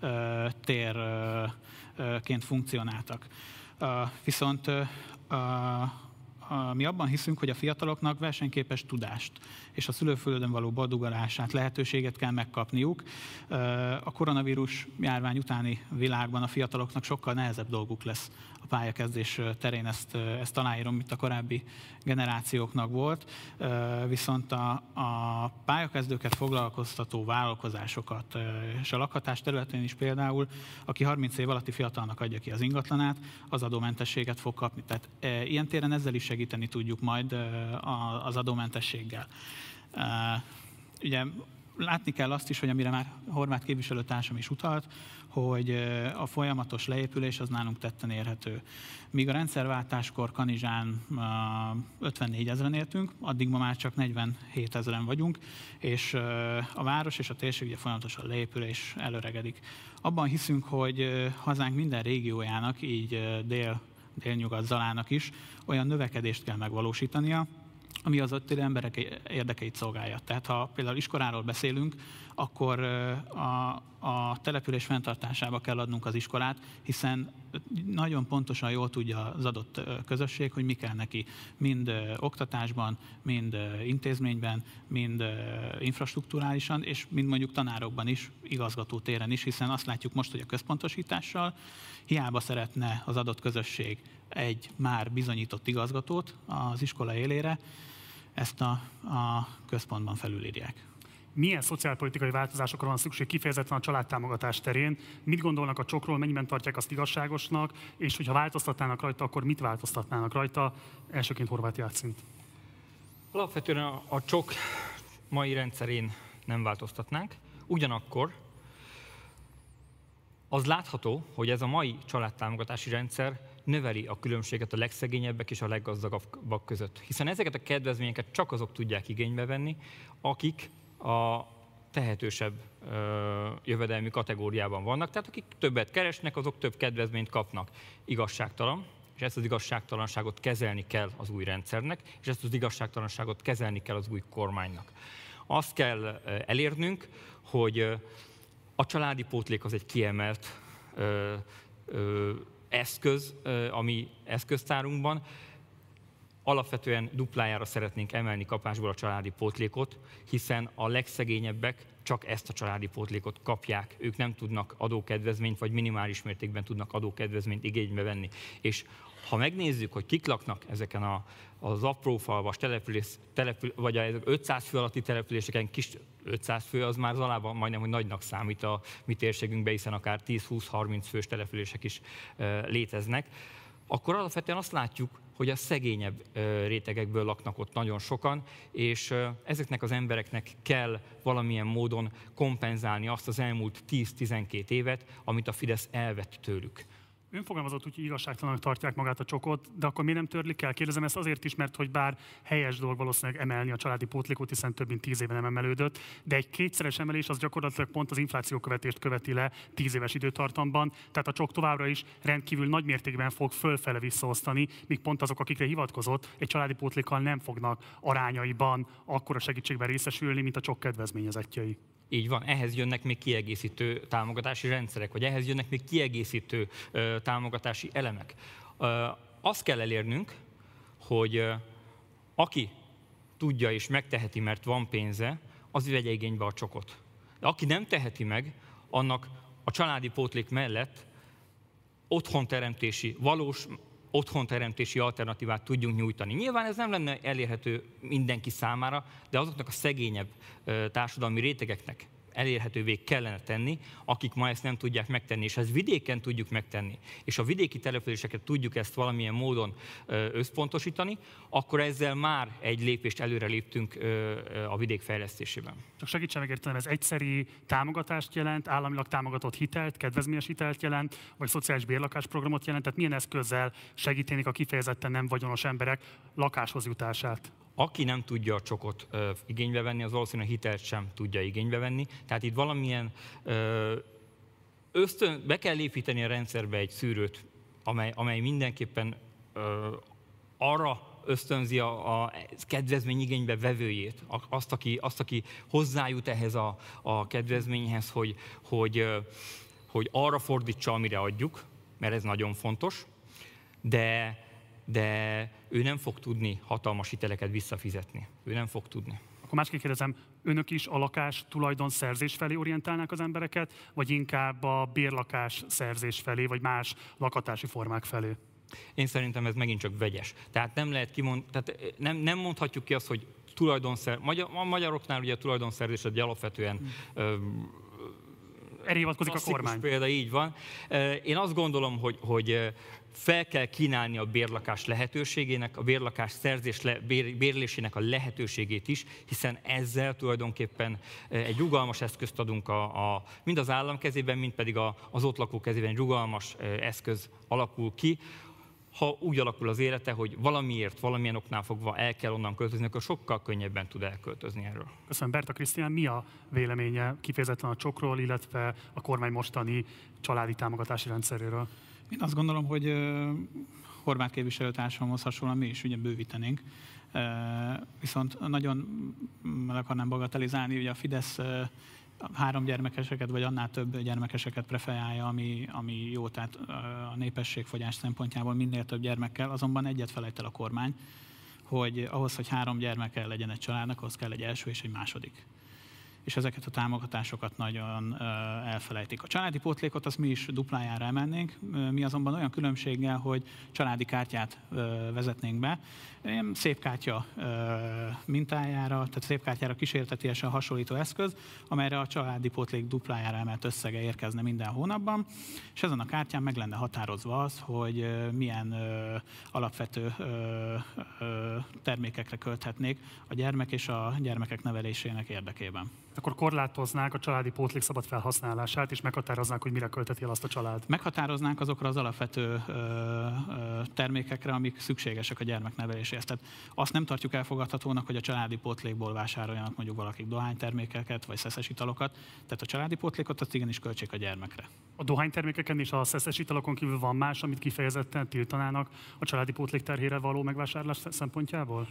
térként funkcionáltak. Viszont mi abban hiszünk, hogy a fiataloknak versenyképes tudást és a szülőföldön való boldogulását, lehetőséget kell megkapniuk. A koronavírus járvány utáni világban a fiataloknak sokkal nehezebb dolguk lesz a pályakezdés terén, ezt aláírom, mint a korábbi generációknak volt. Viszont a pályakezdőket foglalkoztató vállalkozásokat, és a lakhatás területén is például, aki 30 év alatti fiatalnak adja ki az ingatlanát, az adómentességet fog kapni. Tehát ilyen téren ezzel is segíteni tudjuk majd az adómentességgel. Ugye látni kell azt is, hogy amire már Horváth képviselőtársam is utalt, hogy a folyamatos leépülés az nálunk tetten érhető. Míg a rendszerváltáskor Kanizsán 54 000-en éltünk, addig ma már csak 47 000-en vagyunk, és a város és a térség ugye folyamatosan leépül és előregedik. Abban hiszünk, hogy hazánk minden régiójának, így délnyugat-zalának is olyan növekedést kell megvalósítania, ami az ottani emberek érdekeit szolgálja. Tehát ha például iskoláról beszélünk, akkor a település fenntartásába kell adnunk az iskolát, hiszen nagyon pontosan jól tudja az adott közösség, hogy mi kell neki mind oktatásban, mind intézményben, mind infrastrukturálisan, és mind mondjuk tanárokban is, igazgatótéren is, hiszen azt látjuk most, hogy a központosítással hiába szeretne az adott közösség egy már bizonyított igazgatót az iskola élére, ezt a központban felülírják. Milyen szociálpolitikai változásokra van szükség kifejezetten a családtámogatás terén? Mit gondolnak a csokról, mennyiben tartják azt igazságosnak, és hogyha változtatnának rajta, akkor mit változtatnának rajta? Elsőként Horváth Játszint. Alapvetően a csok mai rendszerén nem változtatnánk, ugyanakkor az látható, hogy ez a mai családtámogatási rendszer növeli a különbséget a legszegényebbek és a leggazdagabbak között. Hiszen ezeket a kedvezményeket csak azok tudják igénybe venni, akik a tehetősebb jövedelmi kategóriában vannak, tehát akik többet keresnek, azok több kedvezményt kapnak. Igazságtalan, és ezt az igazságtalanságot kezelni kell az új rendszernek, és ezt az igazságtalanságot kezelni kell az új kormánynak. Azt kell elérnünk, hogy a családi pótlék az egy kiemelt eszköz a mi eszköztárunkban. Alapvetően duplájára szeretnénk emelni kapásból a családi pótlékot, hiszen a legszegényebbek csak ezt a családi pótlékot kapják. Ők nem tudnak adókedvezményt, vagy minimális mértékben tudnak adókedvezményt igénybe venni. És ha megnézzük, hogy kik laknak ezeken az aprófalvas vagy az 500 fő alatti településeken, kis 500 fő az már Zalában majdnem, hogy nagynak számít a mi térségünkben, hiszen akár 10-20-30 fős települések is léteznek, akkor alapvetően azt látjuk, hogy a szegényebb rétegekből laknak ott nagyon sokan, és ezeknek az embereknek kell valamilyen módon kompenzálni azt az elmúlt 10-12 évet, amit a Fidesz elvett tőlük. Ön fogalmazott úgy, hogy igazságtalannak tartják magát a csokot, de akkor miért nem törlik el? Kérdezem ezt azért is, mert hogy bár helyes dolog valószínűleg emelni a családi pótlékot, hiszen több mint 10 éve nem emelődött, de egy kétszeres emelés az gyakorlatilag pont az inflációkövetést követi le 10 éves időtartamban, tehát a csok továbbra is rendkívül nagy mértékben fog fölfele visszaosztani, míg pont azok, akikre hivatkozott, egy családi pótlékkal nem fognak arányaiban akkora segítségben részesülni, mint a csok kedvezményezettjei. Így van, ehhez jönnek még kiegészítő támogatási rendszerek, vagy ehhez jönnek még kiegészítő támogatási elemek. Azt kell elérnünk, hogy aki tudja és megteheti, mert van pénze, az vegye igénybe a csokot. De aki nem teheti meg, annak a családi pótlék mellett valós otthonteremtési alternatívát tudjunk nyújtani. Nyilván ez nem lenne elérhető mindenki számára, de azoknak a szegényebb társadalmi rétegeknek elérhetővé kellene tenni, akik ma ezt nem tudják megtenni, és ezt vidéken tudjuk megtenni, és a vidéki településeket tudjuk ezt valamilyen módon összpontosítani, akkor ezzel már egy lépést előre léptünk a vidék fejlesztésében. Csak segítsen megértenem, ez egyszeri támogatást jelent, államilag támogatott hitelt, kedvezményes hitelt jelent, vagy szociális bérlakásprogramot jelent, tehát milyen eszközzel segítenék a kifejezetten nem vagyonos emberek lakáshoz jutását? Aki nem tudja a csokot igénybe venni, az valószínűleg hitelt sem tudja igénybe venni. Tehát itt valamilyen be kell építeni a rendszerbe egy szűrőt, amely mindenképpen arra ösztönzi a kedvezmény igénybe vevőjét, azt, aki hozzájut ehhez a kedvezményhez, hogy arra fordítsa, amire adjuk, mert ez nagyon fontos, de ő nem fog tudni hatalmas hiteleket visszafizetni. Ő nem fog tudni. Akkor másképp kérdezem, önök is a lakás tulajdonszerzés felé orientálnák az embereket, vagy inkább a bérlakás szerzés felé, vagy más lakatási formák felé? Én szerintem ez megint csak vegyes. Tehát nem lehet nem mondhatjuk ki azt, hogy a magyaroknál ugye a tulajdonszerzés egy alapvetően erre hivatkozik a kormány. Példa, így van. Én azt gondolom, hogy fel kell kínálni a bérlakás lehetőségének, a bérlakás szerzés bérlésének a lehetőségét is, hiszen ezzel tulajdonképpen egy rugalmas eszközt adunk mind az állam kezében, mind pedig az ott lakók kezében egy rugalmas eszköz alakul ki. Ha úgy alakul az élete, hogy valamiért, valamilyen oknál fogva el kell onnan költözni, akkor sokkal könnyebben tud elköltözni erről. Köszönöm. Berta Krisztián, mi a véleménye kifejezetten a csokról, illetve a kormány mostani családi támogatási rendszeréről? Én azt gondolom, hogy Horváth képviselőtársamhoz hasonlóan mi is ugye bővítenénk. Viszont nagyon meg akarnám bagatelizálni, ugye a Fidesz 3 gyermekeseket, vagy annál több gyermekeseket preferálja, ami jó, tehát a népességfogyás szempontjából minél több gyermekkel, azonban egyet felejt el a kormány, hogy ahhoz, hogy 3 gyermeke legyen egy családnak, ahhoz kell egy első és egy második. És ezeket a támogatásokat nagyon elfelejtik. A családi pótlékot azt mi is duplájára emelnénk, mi azonban olyan különbséggel, hogy családi kártyát vezetnénk be, szép kártya mintájára, tehát szép kártyára kísértetiesen hasonlító eszköz, amelyre a családi pótlék duplájára emelt összege érkezne minden hónapban, és ezen a kártyán meg lenne határozva az, hogy milyen alapvető termékekre költhetnék a gyermek és a gyermekek nevelésének érdekében. Akkor korlátoznák a családi pótlék szabad felhasználását, és meghatároznák, hogy mire költeti el azt a család? Meghatároznánk azokra az alapvető termékekre, amik szükségesek a gyermekneveléséhez. Tehát azt nem tartjuk elfogadhatónak, hogy a családi pótlékból vásároljanak mondjuk valakik dohánytermékeket, vagy szeszes italokat. Tehát a családi pótlékot azt igenis költsék a gyermekre. A dohánytermékeken és a szeszes italokon kívül van más, amit kifejezetten tiltanának a családi pótlék terhére való megvásárlás szempontjából?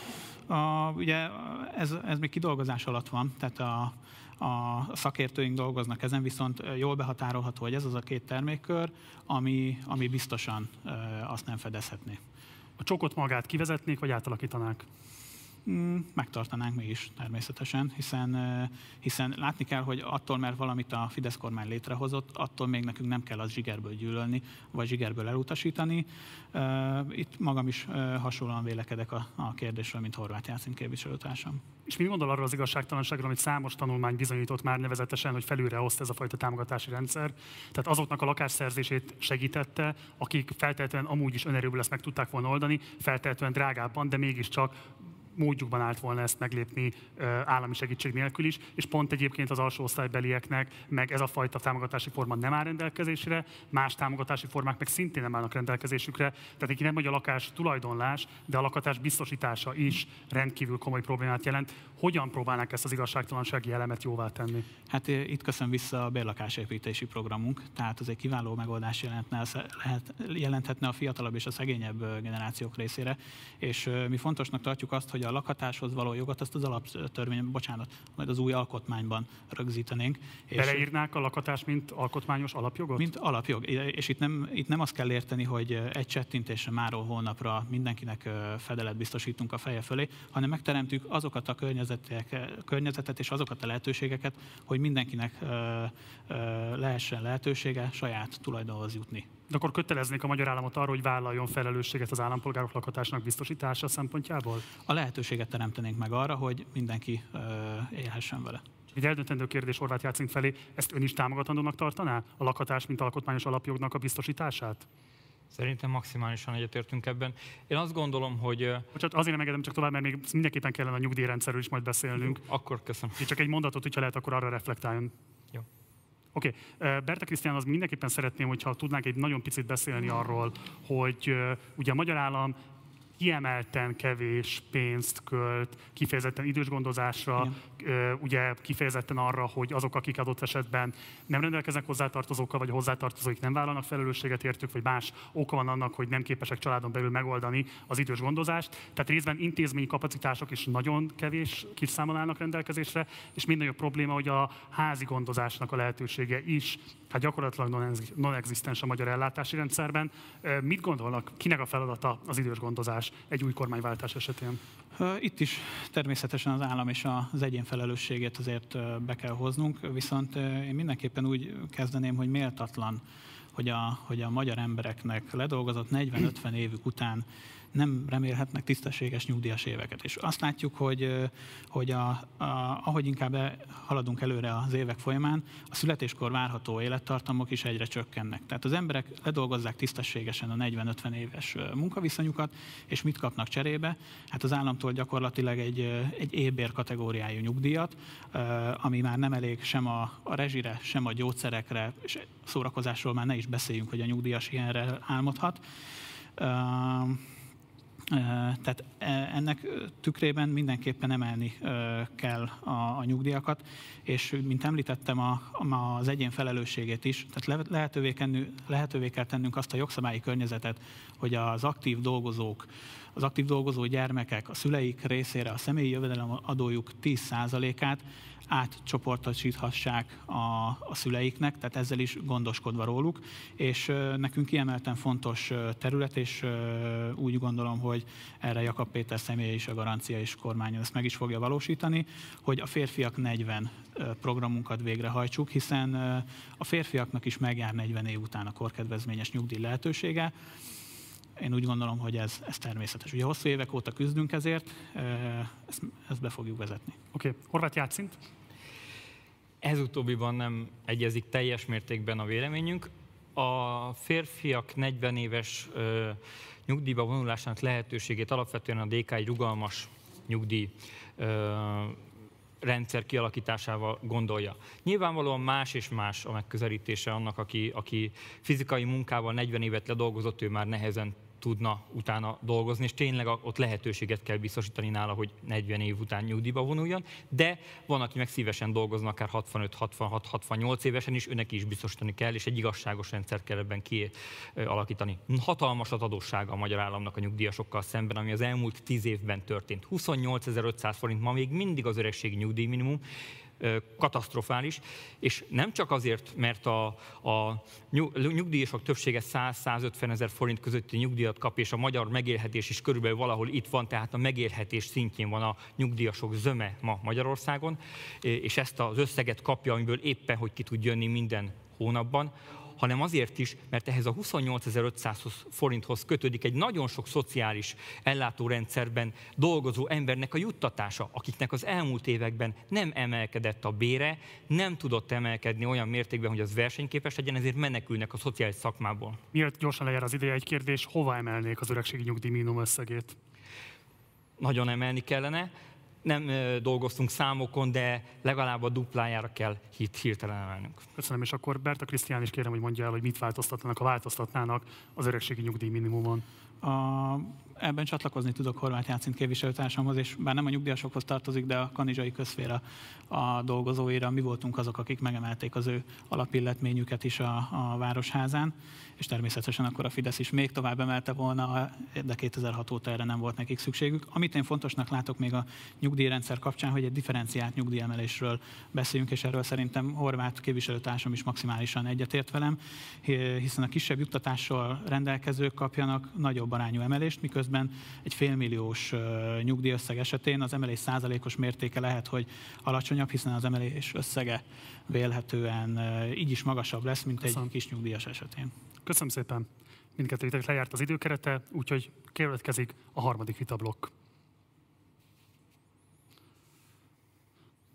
Ugye ez még kidolgozás alatt van, tehát a szakértőink dolgoznak ezen, viszont jól behatárolható, hogy ez az a 2 termékkör, ami biztosan azt nem fedezhetné. A csokot magát kivezetnék, vagy átalakítanák? Megtartanánk mi is természetesen, hiszen látni kell, hogy attól, mert valamit a Fidesz kormány létrehozott, attól még nekünk nem kell az zsigerből gyűlölni, vagy zsigerből elutasítani. Itt magam is hasonlóan vélekedek a kérdésről, mint Horváth Jászin képviselőtársam. És mit gondol arról az igazságtalanságról, amit számos tanulmány bizonyított már, nevezetesen, hogy felülre oszt ez a fajta támogatási rendszer? Tehát azoknak a lakásszerzését segítette, akik feltehetően amúgy is önerőből ezt meg tudták volna oldani, feltehetően drágábban, de mégiscsak módjukban állt volna ezt meglépni állami segítség nélkül is, és pont egyébként az alsó osztálybelieknek meg ez a fajta támogatási forma nem áll rendelkezésre, más támogatási formák meg szintén nem állnak rendelkezésükre. Tehát neki nem, hogy a lakás tulajdonlás, de a lakatás biztosítása is rendkívül komoly problémát jelent. Hogyan próbálnák ezt az igazságtalansági elemet jóvá tenni? Hát itt köszön vissza a bérlakásépítési programunk, tehát az egy kiváló megoldás jelenthetne a fiatalabb és a szegényebb generációk részére, és mi fontosnak tartjuk azt, hogy a lakhatáshoz való jogot azt az majd az új alkotmányban rögzítenénk. Beleírnák a lakatást, mint alkotmányos alapjogot? Mint alapjog. És itt nem azt kell érteni, hogy egy csettintésre máról holnapra mindenkinek fedelet biztosítunk a feje fölé, hanem megteremtjük azokat a környezetet és azokat a lehetőségeket, hogy mindenkinek lehessen lehetősége saját tulajdonhoz jutni. De akkor köteleznék a magyar államot arra, hogy vállaljon felelősséget az állampolgárok lakhatásnak biztosítása szempontjából? A lehetőséget teremtenénk meg arra, hogy mindenki élhessen vele. Egy eldöntendő kérdés Horváth Jácint felé, ezt ön is támogatandónak tartaná? A lakhatás, mint alkotmányos alapjognak a biztosítását? Szerintem maximálisan egyetértünk ebben. Én azt gondolom, hogy... Bocsánat, azért nem engedem csak tovább, mert még mindenképpen kellene a nyugdíjrendszerről is majd beszélnünk. Akkor köszönöm. Csak egy mondatot, hogyha lehet, akkor arra reflektáljon. Jó. Oké. Berta Krisztián, az mindenképpen szeretném, hogyha tudnánk egy nagyon picit beszélni arról, hogy ugye a magyar állam kiemelten kevés pénzt költ kifejezetten idős gondozásra, ugye kifejezetten arra, hogy azok, akik adott esetben nem rendelkeznek hozzátartozókkal, vagy a hozzátartozóik nem vállalnak felelősséget értük, vagy más oka van annak, hogy nem képesek családon belül megoldani az idős gondozást. Tehát részben intézményi kapacitások is nagyon kevés kis számon állnak rendelkezésre, és mind nagyobb probléma, hogy a házi gondozásnak a lehetősége is, hát gyakorlatilag non-existens a magyar ellátási rendszerben. Mit gondolnak, kinek a feladata az idős gondozás egy új kormányváltás esetén? Itt is természetesen az állam és az egyén felelősségét azért be kell hoznunk, viszont én mindenképpen úgy kezdeném, hogy méltatlan, hogy a magyar embereknek ledolgozott 40-50 évük után nem remélhetnek tisztességes nyugdíjas éveket. És azt látjuk, hogy ahogy inkább haladunk előre az évek folyamán, a születéskor várható élettartamok is egyre csökkennek. Tehát az emberek ledolgozzák tisztességesen a 40-50 éves munkaviszonyukat, és mit kapnak cserébe? Hát az államtól gyakorlatilag egy ébér kategóriájú nyugdíjat, ami már nem elég sem a rezsire, sem a gyógyszerekre, és szórakozásról már ne is beszéljünk, hogy a nyugdíjas ilyenre álmodhat. Tehát ennek tükrében mindenképpen emelni kell a nyugdíjakat, és mint említettem, az egyén felelősségét is, tehát lehetővé kell tennünk azt a jogszabályi környezetet, hogy az aktív dolgozók, az aktív dolgozó gyermekek a szüleik részére a személyi jövedelem adójuk 10%-át átcsoportosíthassák a szüleiknek, tehát ezzel is gondoskodva róluk, és nekünk kiemelten fontos terület, és úgy gondolom, hogy erre Jakab Péter személye is a garancia és kormány ezt meg is fogja valósítani, hogy a férfiak 40 programunkat végrehajtsuk, hiszen a férfiaknak is megjár 40 év után a korkedvezményes nyugdíj lehetősége. Én úgy gondolom, hogy ez természetes. Ugye hosszú évek óta küzdünk ezért, ezt be fogjuk vezetni. Oké. Horváth Jácint? Ez utóbbiban nem egyezik teljes mértékben a véleményünk. A férfiak 40 éves nyugdíjba vonulásának lehetőségét alapvetően a DK egy rugalmas nyugdíj rendszer kialakításával gondolja. Nyilvánvalóan más és más a megközelítése annak, aki fizikai munkával 40 évet ledolgozott, ő már nehezen tudna utána dolgozni, és tényleg ott lehetőséget kell biztosítani nála, hogy 40 év után nyugdíjba vonuljon, de van, aki meg szívesen dolgozna, akár 65, 66, 68 évesen is, őnek is biztosítani kell, és egy igazságos rendszert kell ebben kialakítani. Hatalmas az adóssága a magyar államnak a nyugdíjasokkal szemben, ami az elmúlt 10 évben történt. 28.500 forint ma még mindig az öregségi nyugdíjminimum, katasztrofális, és nem csak azért, mert a nyugdíjasok többsége 100-150 ezer forint közötti nyugdíjat kap, és a magyar megélhetés is körülbelül valahol itt van, tehát a megélhetés szintjén van a nyugdíjasok zöme ma Magyarországon, és ezt az összeget kapja, amiből éppen hogy ki tud jönni minden hónapban, hanem azért is, mert ehhez a 28.500 forinthoz kötődik egy nagyon sok szociális ellátórendszerben dolgozó embernek a juttatása, akiknek az elmúlt években nem emelkedett a bére, nem tudott emelkedni olyan mértékben, hogy az versenyképes legyen, ezért menekülnek a szociális szakmából. Miért gyorsan lejár az ideje, egy kérdés, hova emelnék az öregségi nyugdíj minimum összegét? Nagyon emelni kellene. Nem dolgoztunk számokon, de legalább a duplájára kell hirtelen emelnünk. Köszönöm, és akkor Berta Krisztián is kérem, hogy mondja el, hogy mit változtatnának az öregségi nyugdíj minimumon. Ebben csatlakozni tudok Horváth Jácint képviselőtársamhoz, és bár nem a nyugdíjasokhoz tartozik, de a kanizsai közszféra a dolgozóira mi voltunk azok, akik megemelték az ő alapilletményüket is a Városházán, és természetesen akkor a Fidesz is még tovább emelte volna, de 2006 óta erre nem volt nekik szükségük. Amit én fontosnak látok még a nyugdíjrendszer kapcsán, hogy egy differenciált nyugdíjemelésről beszéljünk, és erről szerintem Horváth képviselőtársam is maximálisan egyetért velem, hiszen a kisebb juttatással rendelkezők kapjanak nagyobb arányú emelést, miközben egy félmilliós nyugdíjösszeg esetén az emelés százalékos mértéke lehet, hogy alacsonyabb, hiszen az emelés összege vélhetően így is magasabb lesz, mint egy kis nyugdíjas esetén. Köszönöm szépen. Mindkettőjétek lejárt az időkerete, úgyhogy következik a harmadik vitablokk. A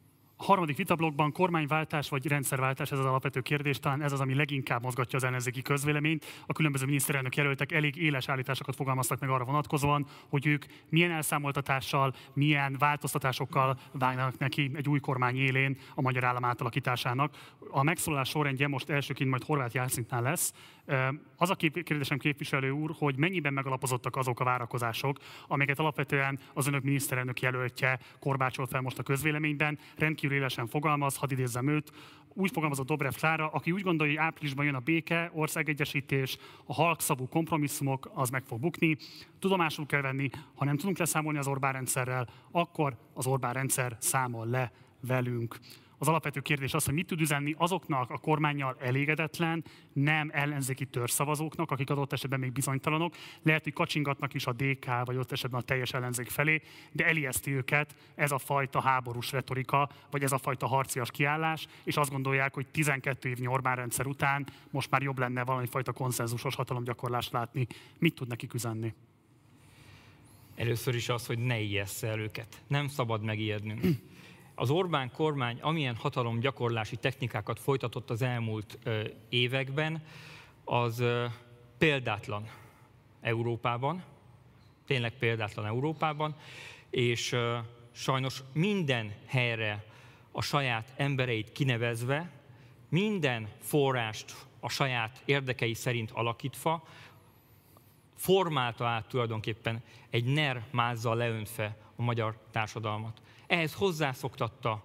Harmadik vitablokkban kormányváltás vagy rendszerváltás, ez az alapvető kérdés, talán ez az, ami leginkább mozgatja az ellenzéki közvéleményt. A különböző miniszterelnök jelöltek elég éles állításokat fogalmaztak meg arra vonatkozóan, hogy ők milyen elszámoltatással, milyen változtatásokkal vágnak neki egy új kormány élén a magyar állam átalakításának. A megszólalás sorrendje most elsőként majd Horváth Jászintnál lesz. Az a kérdésem, képviselő úr, hogy mennyiben megalapozottak azok a várakozások, amelyeket alapvetően az önök miniszterelnök jelöltje korbácsol fel most a közvéleményben, rendkívül élesen fogalmaz, hadd idézzem őt, úgy fogalmazott Dobrev Klára, aki úgy gondolja, hogy áprilisban jön a béke, országegyesítés, a halkszavú kompromisszumok, az meg fog bukni. Tudomásul kell venni, ha nem tudunk leszámolni az Orbán rendszerrel, akkor az Orbán rendszer számol le velünk. Az alapvető kérdés az, hogy mit tud üzenni azoknak a kormánnyal elégedetlen, nem ellenzéki törzszavazóknak, akik adott esetben még bizonytalanok. Lehet, hogy kacsingatnak is a DK, vagy ott esetben a teljes ellenzék felé, de elijeszti őket ez a fajta háborús retorika, vagy ez a fajta harcias kiállás, és azt gondolják, hogy 12 évnyi Orbán rendszer után most már jobb lenne valami fajta konszenzusos hatalomgyakorlást látni. Mit tud nekik üzenni? Először is az, hogy ne ijessze el őket. Nem szabad megijednünk. Az Orbán kormány amilyen hatalomgyakorlási technikákat folytatott az elmúlt években, az példátlan Európában, tényleg példátlan Európában, és sajnos minden helyre a saját embereit kinevezve, minden forrást a saját érdekei szerint alakítva, formálta át tulajdonképpen egy NER mázzal leöntve a magyar társadalmat. Ehhez hozzászoktatta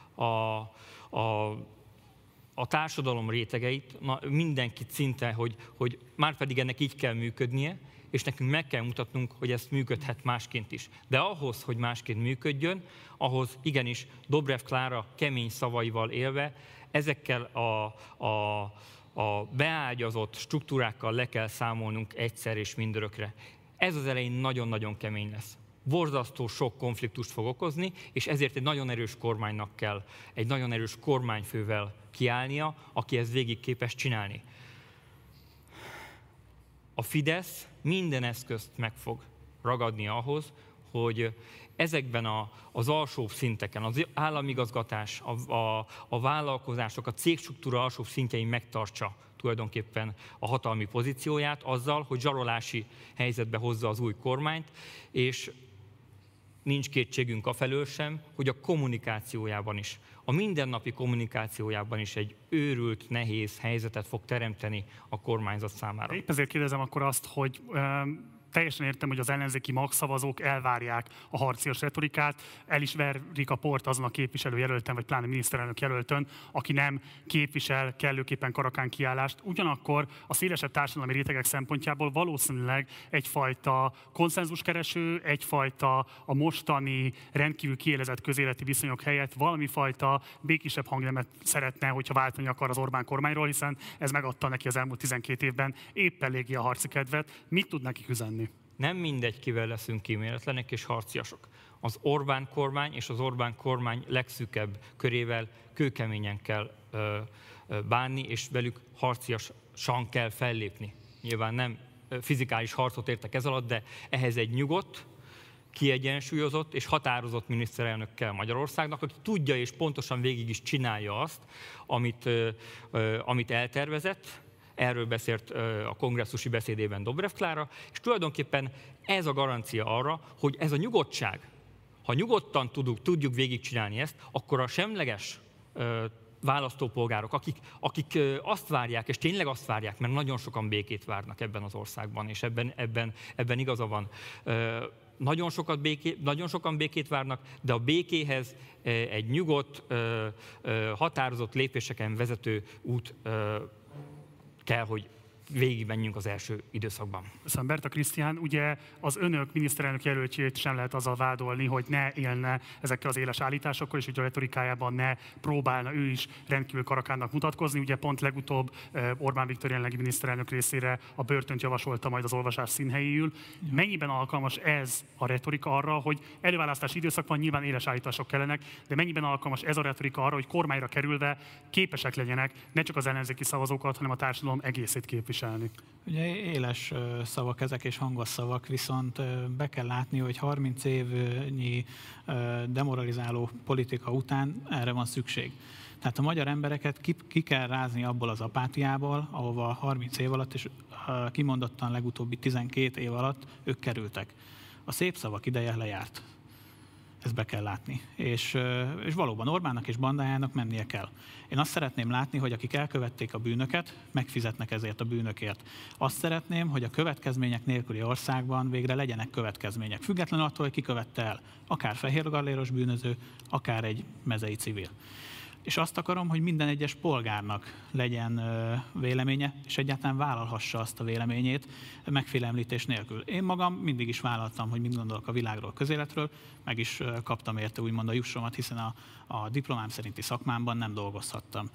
a társadalom rétegeit, mindenkit szinte, hogy márpedig ennek így kell működnie, és nekünk meg kell mutatnunk, hogy ez működhet másként is. De ahhoz, hogy másként működjön, ahhoz igenis Dobrev Klára kemény szavaival élve, ezekkel a beágyazott struktúrákkal le kell számolnunk egyszer és mindörökre. Ez az elején nagyon-nagyon kemény lesz. Borzasztó sok konfliktust fog okozni, és ezért egy nagyon erős kormánynak kell, egy nagyon erős kormányfővel kiállnia, aki ezt végig képes csinálni. A Fidesz minden eszközt meg fog ragadni ahhoz, hogy ezekben az alsóbb szinteken, az államigazgatás, a vállalkozások, a cégstruktúra alsóbb szintjein megtartsa tulajdonképpen a hatalmi pozícióját azzal, hogy zsarolási helyzetbe hozza az új kormányt, és nincs kétségünk afelől sem, hogy a kommunikációjában is, a mindennapi kommunikációjában is egy őrült, nehéz helyzetet fog teremteni a kormányzat számára. Épp ezért kérdezem akkor azt, hogy teljesen értem, hogy az ellenzéki magszavazók elvárják a harcias retorikát, el is verik a port azon a képviselőjelölten, vagy pláne miniszterelnök jelöltön, aki nem képvisel kellőképpen karakán kiállást. Ugyanakkor a szélesebb társadalmi rétegek szempontjából valószínűleg egyfajta konszenzuskereső, egyfajta a mostani rendkívül kiélezett közéleti viszonyok helyett valami fajta békésebb hangnemet szeretne, hogyha váltani akar az Orbán kormányról, hiszen ez megadta neki az elmúlt 12 évben épp eléggé a harci kedvet. Mit tud nekik üzenni? Nem mindegy, kivel leszünk kíméletlenek és harciasok. Az Orbán kormány és az Orbán kormány legszűkebb körével kőkeményen kell bánni, és velük harciasan kell fellépni. Nyilván nem fizikális harcot értek ez alatt, de ehhez egy nyugodt, kiegyensúlyozott és határozott miniszterelnök kell Magyarországnak, aki tudja és pontosan végig is csinálja azt, amit eltervezett. Erről beszélt a kongresszusi beszédében Dobrev Klára, és tulajdonképpen ez a garancia arra, hogy ez a nyugodtság, ha nyugodtan tudjuk végigcsinálni ezt, akkor a semleges választópolgárok, akik azt várják, és tényleg azt várják, mert nagyon sokan békét várnak ebben az országban, és ebben igaza van. Nagyon sokan békét várnak, de a békéhez egy nyugodt, határozott lépéseken vezető út kell, hogy végigmenjünk az első időszakban. Köszönöm, Berta Krisztián. Ugye az önök miniszterelnök jelöltjét sem lehet azzal vádolni, hogy ne élne ezekkel az éles állításokkal, és hogy a retorikájában ne próbálna ő is rendkívül karakánnak mutatkozni. Ugye pont legutóbb Orbán Viktor jelenlegi miniszterelnök részére a börtönt javasolta majd az olvasás színhelyéül. Mennyiben alkalmas ez a retorika arra, hogy előválasztási időszakban nyilván éles állítások kellenek, de mennyiben alkalmas ez a retorika arra, hogy kormányra kerülve képesek legyenek ne csak az ellenzéki szavazókat, hanem a társadalom egészét képviselni? viselni. Ugye éles szavak ezek és hangos szavak, viszont be kell látni, hogy 30 évnyi demoralizáló politika után erre van szükség. Tehát a magyar embereket ki kell rázni abból az apátiából, ahova 30 év alatt, és kimondottan legutóbbi 12 év alatt ők kerültek. A szép szavak ideje lejárt. Ezt be kell látni. És valóban Orbánnak és bandájának mennie kell. Én azt szeretném látni, hogy akik elkövették a bűnöket, megfizetnek ezért a bűnökért. Azt szeretném, hogy a következmények nélküli országban végre legyenek következmények. Függetlenül attól, hogy ki követte el. Akár fehérgalléros bűnöző, akár egy mezei civil. És azt akarom, hogy minden egyes polgárnak legyen véleménye, és egyáltalán vállalhassa azt a véleményét megfélemlítés nélkül. Én magam mindig is vállaltam, hogy mit gondolok a világról, közéletről, meg is kaptam érte úgymond a jussomat, hiszen a diplomám szerinti szakmámban nem dolgozhattam.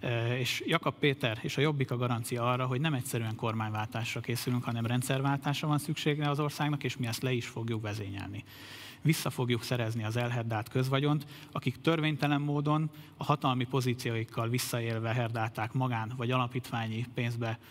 És Jakab Péter és a Jobbik a garancia arra, hogy nem egyszerűen kormányváltásra készülünk, hanem rendszerváltásra van szüksége az országnak, és mi ezt le is fogjuk vezényelni. Vissza fogjuk szerezni az elherdált közvagyont, akik törvénytelen módon a hatalmi pozícióikkal visszaélve herdálták magán vagy alapítványi pénzbe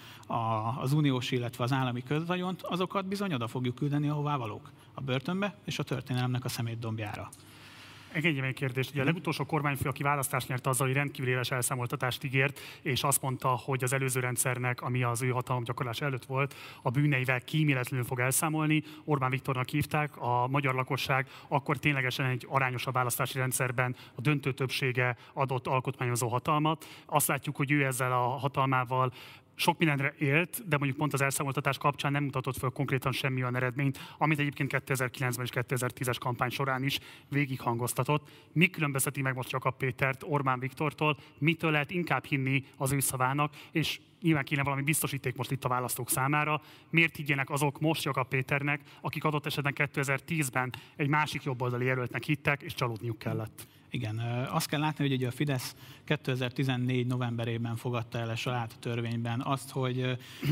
az uniós, illetve az állami közvagyont, azokat bizony oda fogjuk küldeni, ahová valók, a börtönbe és a történelemnek a szemétdombjára. Engedje meg egy kérdést. Ugye a legutolsó kormányfő, aki választást nyert azzal, hogy rendkívül éles elszámoltatást ígért, és azt mondta, hogy az előző rendszernek, ami az ő hatalomgyakorlás előtt volt, a bűneivel kíméletlenül fog elszámolni. Orbán Viktornak hívták, a magyar lakosság akkor ténylegesen egy arányosabb választási rendszerben a döntő többsége adott alkotmányozó hatalmat. Azt látjuk, hogy ő ezzel a hatalmával sok mindenre élt, de mondjuk pont az elszámoltatás kapcsán nem mutatott föl konkrétan semmi olyan eredményt, amit egyébként 2009-ben és 2010-es kampány során is végighangoztatott. Mi különbözteti meg most Jakab Pétert Orbán Viktortól, mitől lehet inkább hinni az ő szavának, és nyilván kéne valami biztosíték most itt a választók számára. Miért higgyenek azok most Jakab Péternek, akik adott esetben 2010-ben egy másik jobboldali jelöltnek hittek, és csalódniuk kellett? Igen, azt kell látni, hogy ugye a Fidesz 2014 novemberében fogadta el a saláta törvényben azt, hogy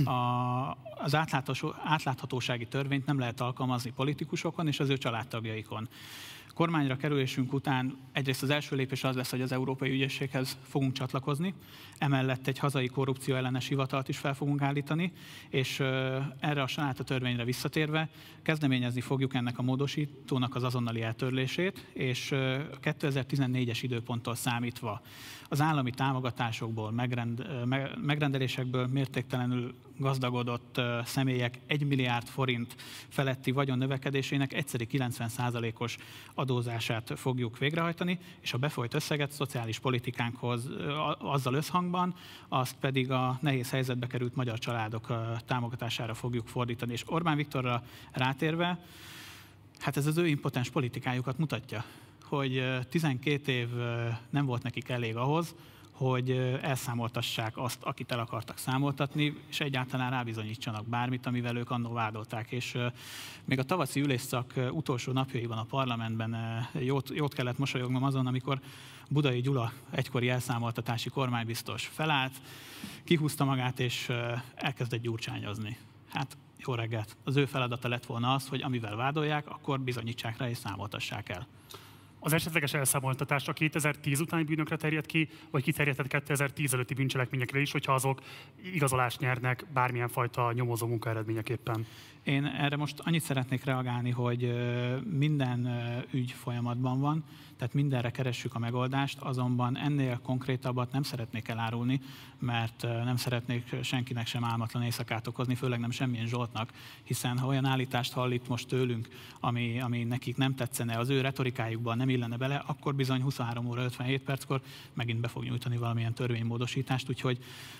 az átláthatósági törvényt nem lehet alkalmazni politikusokon és az ő családtagjaikon. Kormányra kerülésünk után egyrészt az első lépés az lesz, hogy az Európai Ügyészséghez fogunk csatlakozni, emellett egy hazai korrupció ellenes hivatalt is fel fogunk állítani, és erre a saláta törvényre visszatérve kezdeményezni fogjuk ennek a módosítónak az azonnali eltörlését, és 2014-es időponttól számítva az állami támogatásokból, megrendelésekből mértéktelenül gazdagodott személyek 1 milliárd forint feletti vagyon növekedésének egyszeri 90%-os adózását fogjuk végrehajtani, és a befolyt összeget szociális politikánkhoz azzal összhangban, azt pedig a nehéz helyzetbe került magyar családok támogatására fogjuk fordítani. És Orbán Viktorra rátérve, hát ez az ő impotens politikájukat mutatja, hogy 12 év nem volt nekik elég ahhoz, hogy elszámoltassák azt, akit el akartak számoltatni, és egyáltalán rábizonyítsanak bármit, amivel ők annó vádolták. És még a tavaszi ülésszak utolsó napjaiban a parlamentben jót kellett mosolyognom azon, amikor Budai Gyula, egykori elszámoltatási kormánybiztos felállt, kihúzta magát és elkezdett gyurcsányozni. Hát jó reggelt! Az ő feladata lett volna az, hogy amivel vádolják, akkor bizonyítsák rá és számoltassák el. Az esetleges elszámoltatás a 2010 utáni bűnökre terjed ki, vagy kiterjedhet 2010 előtti bűncselekményekre is, hogyha azok igazolást nyernek bármilyen fajta nyomozó munka eredményeképpen? Én erre most annyit szeretnék reagálni, hogy minden ügy folyamatban van, tehát mindenre keressük a megoldást, azonban ennél konkrétabbat nem szeretnék elárulni, mert nem szeretnék senkinek sem álmatlan éjszakát okozni, főleg nem semmilyen Zsoltnak, hiszen ha olyan állítást hallít most tőlünk, ami nekik nem tetszene, az ő retorikájukban nem illene bele, akkor bizony 23 óra 57 perckor megint be fog nyújtani valamilyen törvénymódosítást, úgyhogy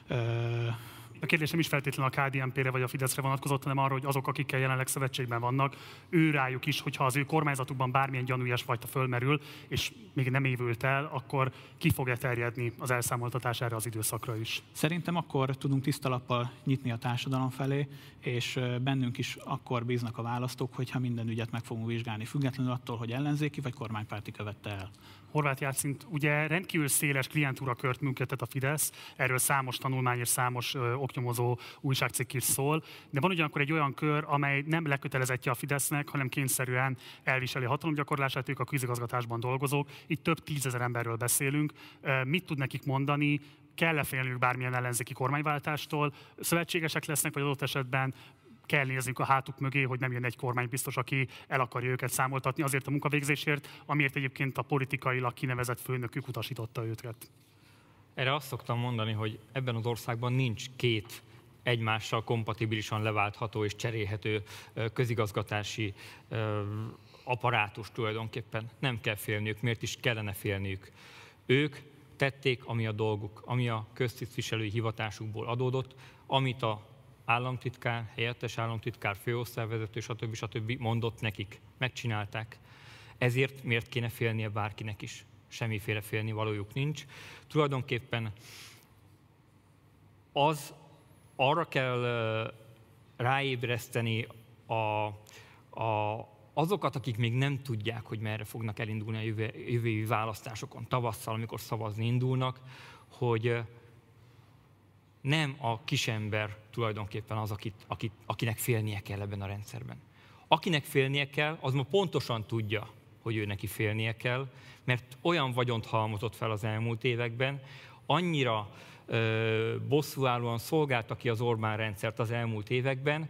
a kérdésem is feltétlenül a KDNP-re vagy a Fideszre vonatkozott, hanem arra, hogy azok, akikkel jelenleg szövetségben vannak, ő rájuk is, hogyha az ő kormányzatukban bármilyen gyanújas fajta fölmerül, és még nem évült el, akkor ki fog-e terjedni az elszámoltatás erre az időszakra is? Szerintem akkor tudunk tiszta lappal nyitni a társadalom felé, és bennünk is akkor bíznak a választók, hogyha minden ügyet meg fogunk vizsgálni, függetlenül attól, hogy ellenzéki vagy kormánypárti követte el. Horváth Játszint, ugye rendkívül széles klientúrakört működtet a Fidesz, erről számos tanulmány és számos oknyomozó újságcikk is szól, de van ugyanakkor egy olyan kör, amely nem lekötelezettje a Fidesznek, hanem kényszerűen elviseli a hatalomgyakorlását, ők a közigazgatásban dolgozók. Itt több 10 000 emberről beszélünk. Mit tud nekik mondani? kell-e félniük bármilyen ellenzéki kormányváltástól, szövetségesek lesznek, vagy adott esetben kell néznünk a hátuk mögé, hogy nem jön egy kormánybiztos, aki el akarja őket számoltatni azért a munkavégzésért, amiért egyébként a politikailag kinevezett főnökük utasította őket. Erre azt szoktam mondani, hogy ebben az országban nincs két egymással kompatibilisan leváltható és cserélhető közigazgatási apparátus tulajdonképpen. Nem kell félniük, miért is kellene félniük. Ők tették, ami a dolguk, ami a köztisztviselői hivatásukból adódott, amit a államtitkár, helyettes államtitkár, főosztályvezető, stb. Mondott nekik. Megcsinálták. Ezért miért kéne félnie bárkinek is? Semmiféle félnivalójuk nincs. Tulajdonképpen arra kell ráébreszteni azokat, akik még nem tudják, hogy merre fognak elindulni a jövő évi választásokon, tavasszal, amikor szavazni indulnak, hogy nem a kisember tulajdonképpen az, akinek félnie kell ebben a rendszerben. Akinek félnie kell, az ma pontosan tudja, hogy ő neki félnie kell, mert olyan vagyont halmozott fel az elmúlt években, annyira bosszúállóan szolgálta ki az Orbán rendszert az elmúlt években,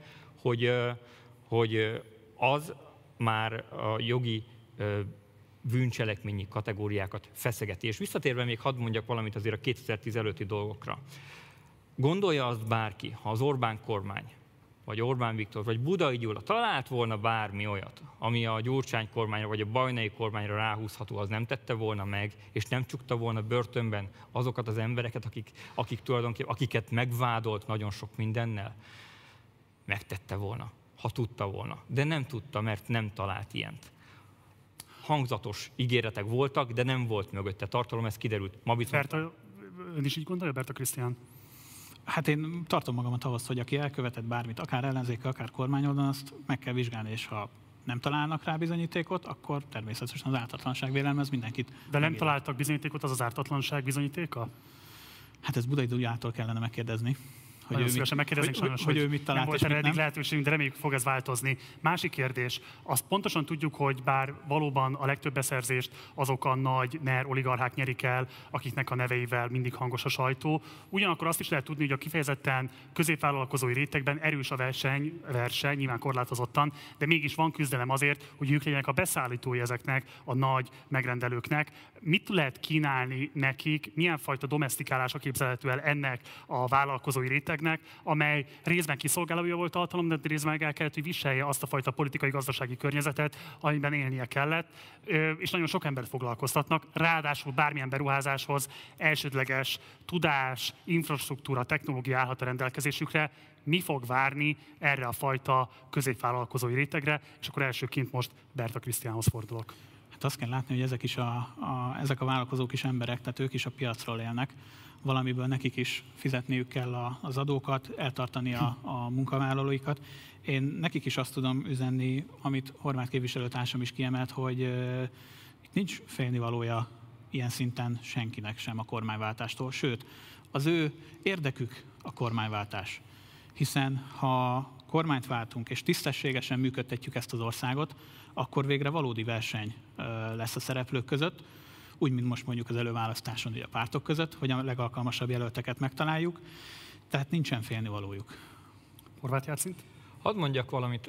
hogy az már a jogi bűncselekményi kategóriákat feszegeti. És visszatérve még hadd mondjak valamit azért a 2010 előtti dolgokra. Gondolja azt bárki, ha az Orbán kormány, vagy Orbán Viktor, vagy Budai Gyula talált volna bármi olyat, ami a Gyurcsány kormányra, vagy a Bajnai kormányra ráhúzható, az nem tette volna meg, és nem csukta volna börtönben azokat az embereket, akiket megvádolt nagyon sok mindennel, megtette volna, ha tudta volna. De nem tudta, mert nem talált ilyent. Hangzatos ígéretek voltak, de nem volt mögötte tartalom, ez kiderült. Berta, ön is így gondolja, Berta Krisztián? Hát én tartom magamat ahhoz, hogy aki elkövetett bármit, akár ellenzéke, akár kormányoldalon, azt meg kell vizsgálni, és ha nem találnak rá bizonyítékot, akkor természetesen az ártatlanság vélelmez mindenkit. De nem találtak bizonyítékot, az ártatlanság bizonyítéka? Hát ezt Budai Gyulától kellene megkérdezni. Hogy ő mit talált, nem volt erre eddig lehetőségünk, de reméljük fog ez változni. Másik kérdés, azt pontosan tudjuk, hogy bár valóban a legtöbb beszerzést azok a nagy NER oligarchák nyerik el, akiknek a neveivel mindig hangos a sajtó. Ugyanakkor azt is lehet tudni, hogy a kifejezetten középvállalkozói rétegben erős a verseny, nyilván korlátozottan, de mégis van küzdelem azért, hogy ők legyenek a beszállítói ezeknek a nagy megrendelőknek. Mit lehet kínálni nekik, milyen fajta domesztikálása képzelhető el ennek a vállalkozói rétegnek, amely részben kiszolgálója volt a hatalom, de részben el kellett, hogy viselje azt a fajta politikai-gazdasági környezetet, amiben élnie kellett, és nagyon sok embert foglalkoztatnak, ráadásul bármilyen beruházáshoz elsődleges tudás, infrastruktúra, technológia állhat a rendelkezésükre. Mi fog várni erre a fajta középvállalkozói rétegre, és akkor elsőként most Berta Krisztiánhoz fordulok. Hát azt kell látni, hogy ezek is ezek a vállalkozók is emberek, tehát ők is a piacról élnek. Valamiből nekik is fizetniük kell az adókat, eltartani a munkavállalóikat. Én nekik is azt tudom üzenni, amit Horváth képviselőtársam is kiemelt, hogy itt nincs félnivalója ilyen szinten senkinek sem a kormányváltástól. Sőt, az ő érdekük a kormányváltás. Hiszen ha kormányt váltunk és tisztességesen működtetjük ezt az országot, akkor végre valódi verseny lesz a szereplők között, úgy, mint most mondjuk az előválasztáson a pártok között, hogy a legalkalmasabb jelölteket megtaláljuk, tehát nincsen félnivalójuk. Horváth Játszint? Hadd mondjak valamit.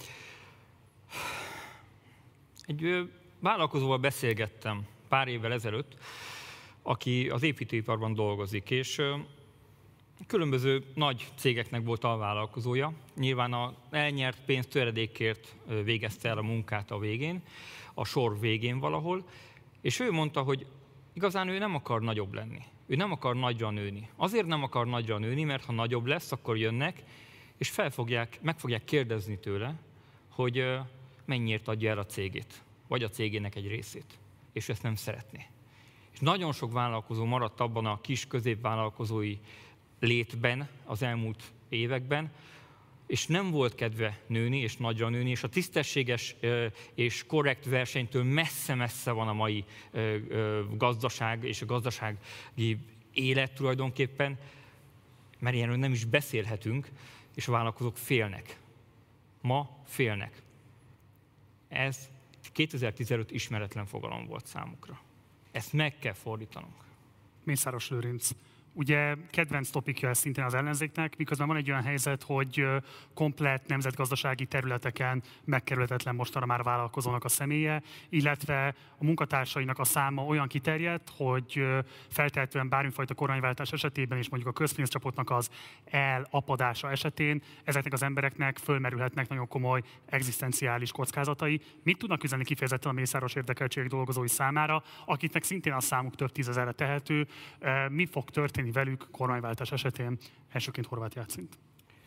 Egy vállalkozóval beszélgettem pár évvel ezelőtt, aki az építőiparban dolgozik, és különböző nagy cégeknek volt alvállalkozója. Nyilván az elnyert pénzt töredékért végezte el a munkát a végén, a sor végén valahol, és ő mondta, hogy igazán ő nem akar nagyobb lenni. Ő nem akar nagyra nőni. Azért nem akar nagyra nőni, mert ha nagyobb lesz, akkor jönnek, és meg fogják kérdezni tőle, hogy mennyiért adja el a cégét, vagy a cégének egy részét. És ő ezt nem szeretné. És nagyon sok vállalkozó maradt abban a kis középvállalkozói létben az elmúlt években, és nem volt kedve nőni és nagyra nőni, és a tisztességes és korrekt versenytől messze-messze van a mai gazdaság és a gazdasági élet tulajdonképpen, mert ilyenről nem is beszélhetünk, és a vállalkozók félnek. Ma félnek. Ez 2015 ismeretlen fogalom volt számukra. Ezt meg kell fordítanunk. Mészáros Lőrinc, Ugye kedvenc topikja ez szintén az ellenzéknek, miközben van egy olyan helyzet, hogy komplett nemzetgazdasági területeken megkerülhetetlen mostanra már vállalkozónak a személye, illetve a munkatársainak a száma olyan kiterjedt, hogy feltehetően bármifajta kormányváltás esetében és mondjuk a közpénzcsapotnak az elapadása esetén ezeknek az embereknek fölmerülhetnek nagyon komoly egzisztenciális kockázatai. Mit tudnak üzenni kifejezetten a mészáros érdekeltségek dolgozói számára, akiknek szintén a számuk több tízezerre tehető? Mi fog történni velük kormányváltás esetén? Elsőként Horváth Játszint.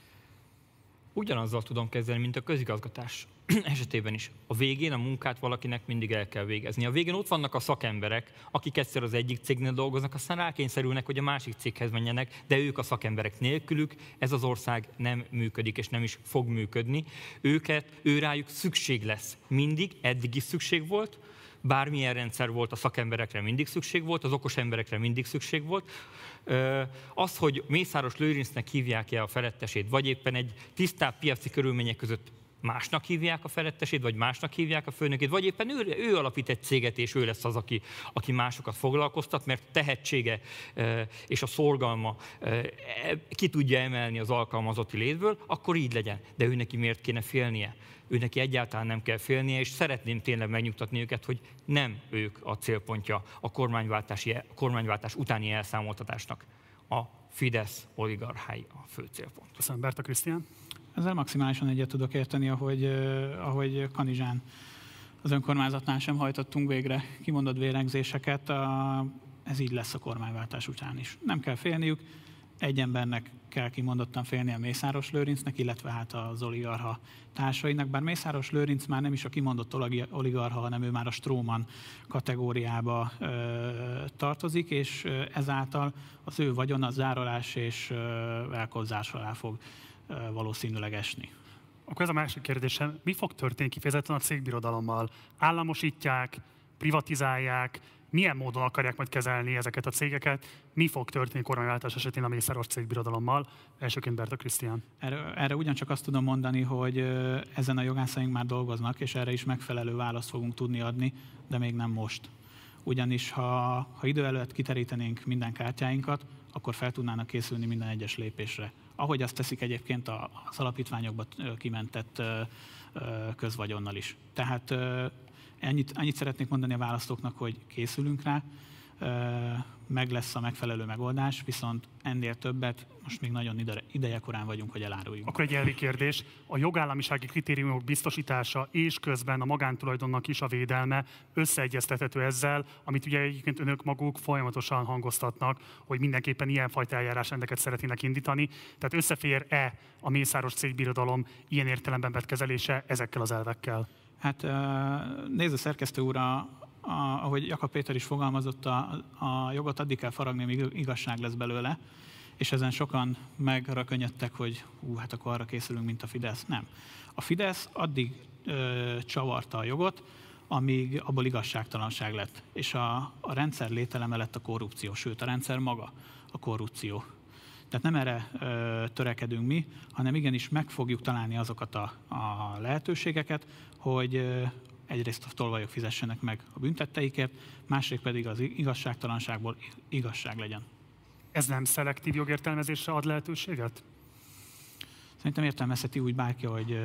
Ugyanazzal tudom kezdeni, mint a közigazgatás esetében is. A végén a munkát valakinek mindig el kell végezni. A végén ott vannak a szakemberek, akik egyszer az egyik cégnél dolgoznak, aztán rákényszerülnek, hogy a másik céghez menjenek, de ők a szakemberek nélkülük, ez az ország nem működik, és nem is fog működni. Rájuk szükség lesz. Mindig, eddig is szükség volt, bármilyen rendszer volt, a szakemberekre mindig szükség volt, az okos emberekre mindig szükség volt. Az, hogy Mészáros Lőrincnek hívják-e a felettesét, vagy éppen egy tisztább piaci körülmények között másnak hívják a felettesét, vagy másnak hívják a főnökét, vagy éppen ő alapít egy céget, és ő lesz az, aki másokat foglalkoztat, mert tehetsége és a szorgalma ki tudja emelni az alkalmazotti létből, akkor így legyen. De ő neki miért kéne félnie? Ő neki egyáltalán nem kell félnie, és szeretném tényleg megnyugtatni őket, hogy nem ők a célpontja a kormányváltás utáni elszámoltatásnak. A Fidesz oligarchái a fő célpont. Köszönöm, Berta Krisztián. Ezzel maximálisan egyet tudok érteni, ahogy Kanizsán az önkormányzatnál sem hajtottunk végre kimondott vérengzéseket. Ez így lesz a kormányváltás után is. Nem kell félniük, egy embernek kell kimondottan félnie, Mészáros Lőrincnek, illetve hát az oligarcha társainak. Bár Mészáros Lőrinc már nem is a kimondott oligarcha, hanem ő már a stróman kategóriába tartozik, és ezáltal az ő vagyona zárolás és elkozás alá fog valószínűleg esni. Akkor ez a másik kérdésem, mi fog történni kifejezetten a cégbirodalommal? Államosítják, privatizálják, milyen módon akarják majd kezelni ezeket a cégeket? Mi fog történni kormányváltás esetén a Mészáros cégbirodalommal? Elsőként Berta Krisztián. Erre ugyancsak azt tudom mondani, hogy ezen a jogászaink már dolgoznak, és erre is megfelelő választ fogunk tudni adni, de még nem most. Ugyanis ha idő előtt kiterítenénk minden kártyáinkat, akkor fel tudnának készülni minden egyes lépésre. Ahogy azt teszik egyébként az alapítványokba kimentett közvagyonnal is. Tehát ennyit szeretnék mondani a választóknak, hogy készülünk rá, meg lesz a megfelelő megoldás, viszont ennél többet most még nagyon idejekorán vagyunk, hogy eláruljuk. Akkor egy elvi kérdés. A jogállamisági kritériumok biztosítása és közben a magántulajdonnak is a védelme összeegyeztethető ezzel, amit ugye egyébként önök maguk folyamatosan hangoztatnak, hogy mindenképpen ilyenfajta eljárásrendeket szeretnének indítani. Tehát összefér-e a Mészáros cégbirodalom ilyen értelemben vett kezelése ezekkel az elvekkel? Hát nézd, a szerkesztő úr, ahogy Jakab Péter is fogalmazott, a jogot addig kell faragni, amíg igazság lesz belőle, és ezen sokan megrökönyödtek, hogy hát akkor arra készülünk, mint a Fidesz. Nem. A Fidesz addig csavarta a jogot, amíg abból igazságtalanság lett. És a rendszer lételeme lett a korrupció, sőt a rendszer maga a korrupció. Tehát nem erre törekedünk mi, hanem igenis meg fogjuk találni azokat a lehetőségeket, hogy egyrészt a tolvajok fizessenek meg a büntetteiket, másrészt pedig az igazságtalanságból igazság legyen. Ez nem szelektív jogértelmezésre ad lehetőséget? Szerintem értelmezheti úgy bárki,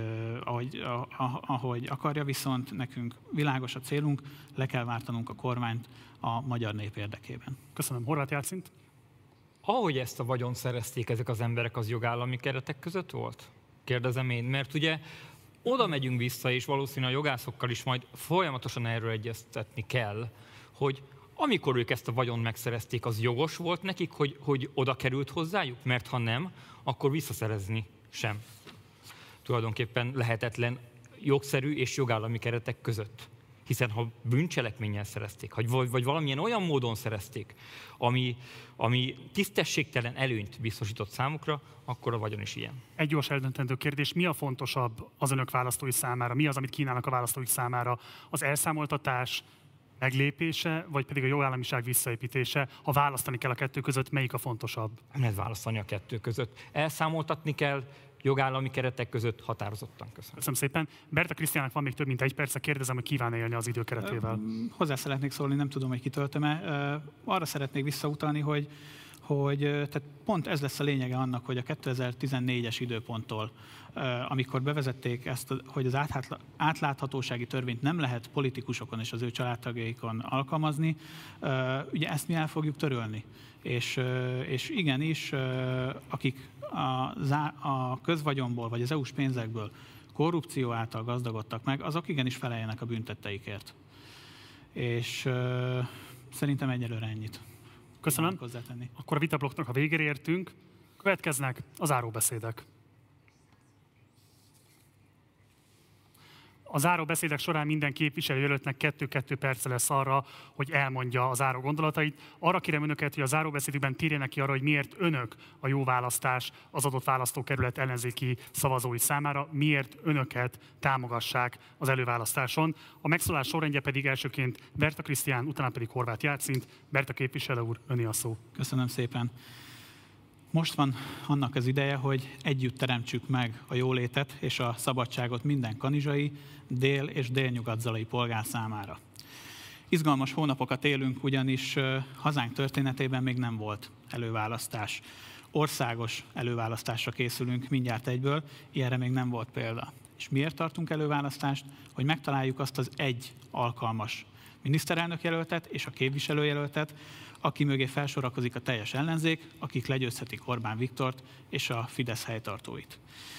ahogy akarja, viszont nekünk világos a célunk, le kell váltanunk a kormányt a magyar nép érdekében. Köszönöm. Horváth Játszint. Ahogy ezt a vagyont szerezték ezek az emberek, az jogállami keretek között volt? Kérdezem én, mert ugye oda megyünk vissza, és valószínűleg a jogászokkal is majd folyamatosan erről egyeztetni kell, hogy amikor ők ezt a vagyont megszerezték, az jogos volt nekik, hogy oda került hozzájuk? Mert ha nem, akkor visszaszerezni sem. Tulajdonképpen lehetetlen jogszerű és jogállami keretek között. Hiszen ha bűncselekménnyel szerezték, vagy valamilyen olyan módon szerezték, ami tisztességtelen előnyt biztosított számukra, akkor a vagyon is ilyen. Egy gyors eldöntendő kérdés, mi a fontosabb az önök választói számára? Mi az, amit kínálnak a választóik számára? Az elszámoltatás meglépése, vagy pedig a jogállamiság visszaépítése? Ha választani kell a kettő között, melyik a fontosabb? Nem lehet választani a kettő között. Elszámoltatni kell, jogállami keretek között határozottan. Köszönöm. Köszönöm szépen. Berta Krisztiánnak van még több mint egy perce, kérdezem, hogy kíván élni az idő keretével. Hozzá szeretnék szólni, nem tudom, hogy kitöltöm-e. Arra szeretnék visszautalni, hogy hogy tehát pont ez lesz a lényege annak, hogy a 2014-es időponttól, amikor bevezették ezt, hogy az átláthatósági törvényt nem lehet politikusokon és az ő családtagjaikon alkalmazni, ugye ezt mi el fogjuk törölni. És igenis, akik a közvagyonból vagy az EU-s pénzekből korrupció által gazdagodtak meg, azok igenis feleljenek a büntetteikért. És szerintem egyelőre ennyit. Köszönöm. Akkor a vitablokknak a végére értünk. Következnek a záróbeszédek. A záróbeszédek során minden képviselőjelöltnek 2-2 perce lesz arra, hogy elmondja a záró gondolatait. Arra kérem önöket, hogy a záróbeszédükben térjenek ki arra, hogy miért önök a jó választás az adott választókerület ellenzéki szavazói számára, miért önöket támogassák az előválasztáson. A megszólalás sorrendje pedig elsőként Berta Krisztián, utána pedig Horváth Játszint. Berta képviselő úr, öné a szó. Köszönöm szépen. Most van annak az ideje, hogy együtt teremtsük meg a jólétet és a szabadságot minden kanizsai, dél- és délnyugat-zalai polgár számára. Izgalmas hónapokat élünk, ugyanis hazánk történetében még nem volt előválasztás. Országos előválasztásra készülünk mindjárt egyből, ilyenre még nem volt példa. És miért tartunk előválasztást? Hogy megtaláljuk azt az egy alkalmas miniszterelnök jelöltet és a képviselőjelöltet, aki mögé felsorakozik a teljes ellenzék, akik legyőzhetik Orbán Viktort és a Fidesz helytartóit.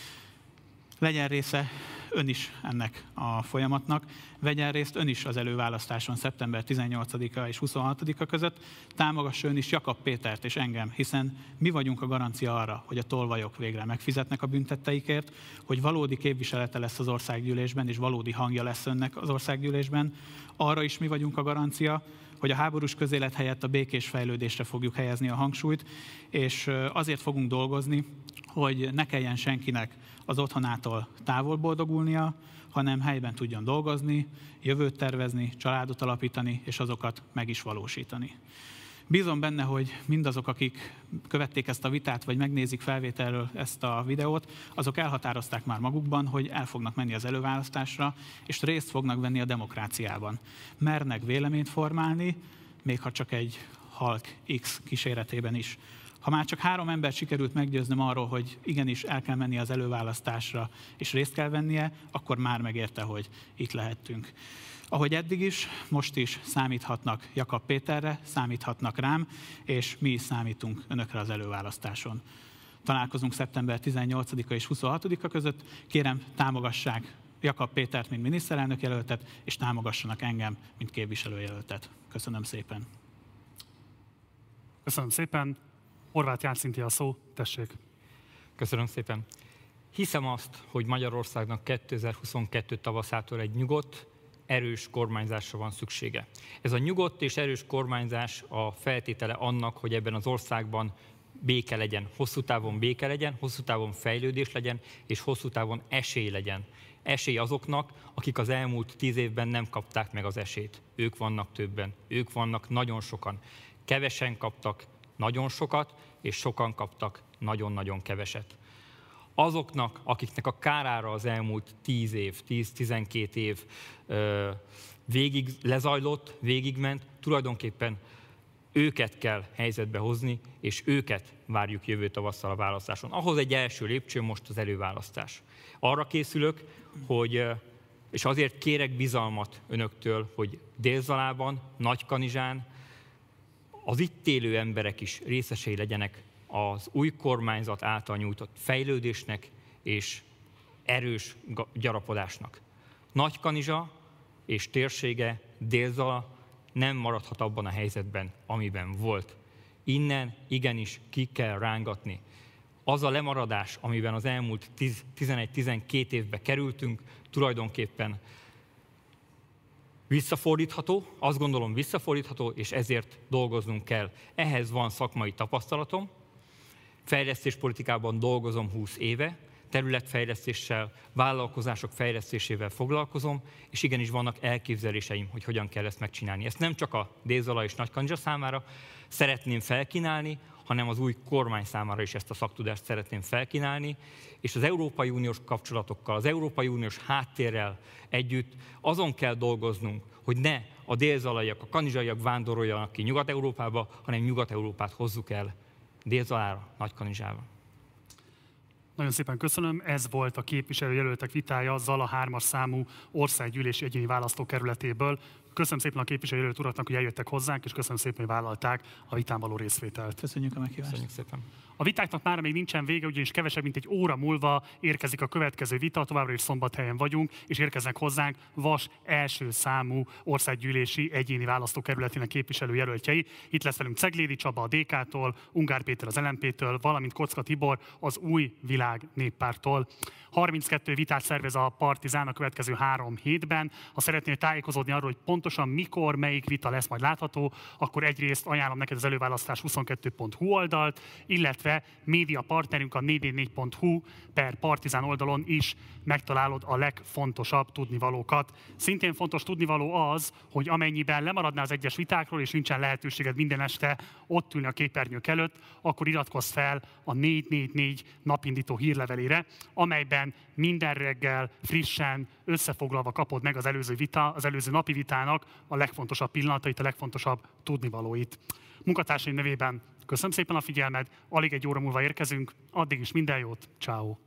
Legyen része ön is ennek a folyamatnak, vegyen részt ön is az előválasztáson szeptember 18-a és 26-a között, támogassa ön is Jakab Pétert és engem, hiszen mi vagyunk a garancia arra, hogy a tolvajok végre megfizetnek a büntetteikért, hogy valódi képviselete lesz az országgyűlésben, és valódi hangja lesz önnek az országgyűlésben. Arra is mi vagyunk a garancia, hogy a háborús közélet helyett a békés fejlődésre fogjuk helyezni a hangsúlyt, és azért fogunk dolgozni, hogy ne kelljen senkinek az otthonától távol boldogulnia, hanem helyben tudjon dolgozni, jövőt tervezni, családot alapítani, és azokat meg is valósítani. Bízom benne, hogy mindazok, akik követték ezt a vitát, vagy megnézik felvételről ezt a videót, azok elhatározták már magukban, hogy el fognak menni az előválasztásra, és részt fognak venni a demokráciában. Mernek véleményt formálni, még ha csak egy halk X kíséretében is. Ha már csak 3 embert sikerült meggyőznöm arról, hogy igenis el kell menni az előválasztásra, és részt kell vennie, akkor már megérte, hogy itt lehettünk. Ahogy eddig is, most is számíthatnak Jakab Péterre, számíthatnak rám, és mi is számítunk önökre az előválasztáson. Találkozunk szeptember 18-a és 26-a között. Kérem, támogassák Jakab Pétert, mint miniszterelnök jelöltet, és támogassanak engem, mint képviselőjelöltet. Köszönöm szépen. Köszönöm szépen. Horváth Játszinti a szó, tessék. Köszönöm szépen. Hiszem azt, hogy Magyarországnak 2022 tavaszától egy nyugodt, erős kormányzásra van szüksége. Ez a nyugodt és erős kormányzás a feltétele annak, hogy ebben az országban béke legyen, hosszú távon béke legyen, hosszú távon fejlődés legyen, és hosszú távon esély legyen. Esély azoknak, akik az elmúlt 10 évben nem kapták meg az esélyt. Ők vannak többen, ők vannak nagyon sokan. Kevesen kaptak nagyon sokat, és sokan kaptak nagyon-nagyon keveset. Azoknak, akiknek a kárára az elmúlt 10 év, 10-12 év végig lezajlott, végigment, tulajdonképpen őket kell helyzetbe hozni, és őket várjuk jövő tavasszal a választáson. Ahhoz egy első lépcső most az előválasztás. Arra készülök, és azért kérek bizalmat önöktől, hogy Dél-Zalában, Nagykanizsán az itt élő emberek is részesei legyenek az új kormányzat által nyújtott fejlődésnek és erős gyarapodásnak. Nagykanizsa és térsége, Dél-Zala nem maradhat abban a helyzetben, amiben volt. Innen igenis ki kell rángatni. Az a lemaradás, amiben az elmúlt 11-12 évbe kerültünk, tulajdonképpen visszafordítható, azt gondolom visszafordítható, és ezért dolgoznunk kell. Ehhez van szakmai tapasztalatom, fejlesztéspolitikában dolgozom 20 éve, területfejlesztéssel, vállalkozások fejlesztésével foglalkozom, és igenis vannak elképzeléseim, hogy hogyan kell ezt megcsinálni. Ezt nem csak a Dél-Zala és Nagykanizsa számára szeretném felkínálni, hanem az új kormány számára is ezt a szaktudást szeretném felkínálni, és az Európai Uniós kapcsolatokkal, az Európai Uniós háttérrel együtt azon kell dolgoznunk, hogy ne a dél-zalaiak, a kanizsaiak vándoroljanak ki Nyugat-Európába, hanem Nyugat-Európát hozzuk el Dél-Zalára, Nagykanizsára. Nagyon szépen köszönöm. Ez volt a képviselőjelöltek vitája Zala 3-as számú országgyűlési egyéni választókerületéből. Köszönöm szépen a képviselőjelölt uraknak, hogy eljöttek hozzánk, és köszönöm szépen, hogy vállalták a vitán való részvételt. Köszönjük a meghívást. Köszönjük szépen. A vitáknak már még nincsen vége, ugyanis kevesebb, mint egy óra múlva érkezik a következő vita, továbbra is Szombathelyen vagyunk, és érkeznek hozzánk Vas első számú országgyűlési egyéni választókerületének képviselőjelöltjei. Itt lesz velünk Ceglédi Csaba a DK-tól, Ungár Péter az LMP-től, valamint Kocka Tibor az Új Világ Néppárttól. 32 vitát szervez a Partizán a következő 3 hétben. Ha szeretnél tájékozódni arról, hogy pontosan mikor, melyik vita lesz majd látható, akkor egyrészt ajánlom neked az előválasztás22.hu oldalt, illetve média partnerünk a 444.hu/Partizán oldalon is megtalálod a legfontosabb tudnivalókat. Szintén fontos tudnivaló az, hogy amennyiben lemaradnál az egyes vitákról, és nincsen lehetőséged minden este ott ülni a képernyők előtt, akkor iratkozz fel a 444 napindító hírlevelére, amelyben minden reggel frissen, összefoglalva kapod meg az előző napi vitának a legfontosabb pillanatait, a legfontosabb tudnivalóit. Munkatársaim nevében köszönöm szépen a figyelmed, alig egy óra múlva érkezünk, addig is minden jót, ciao.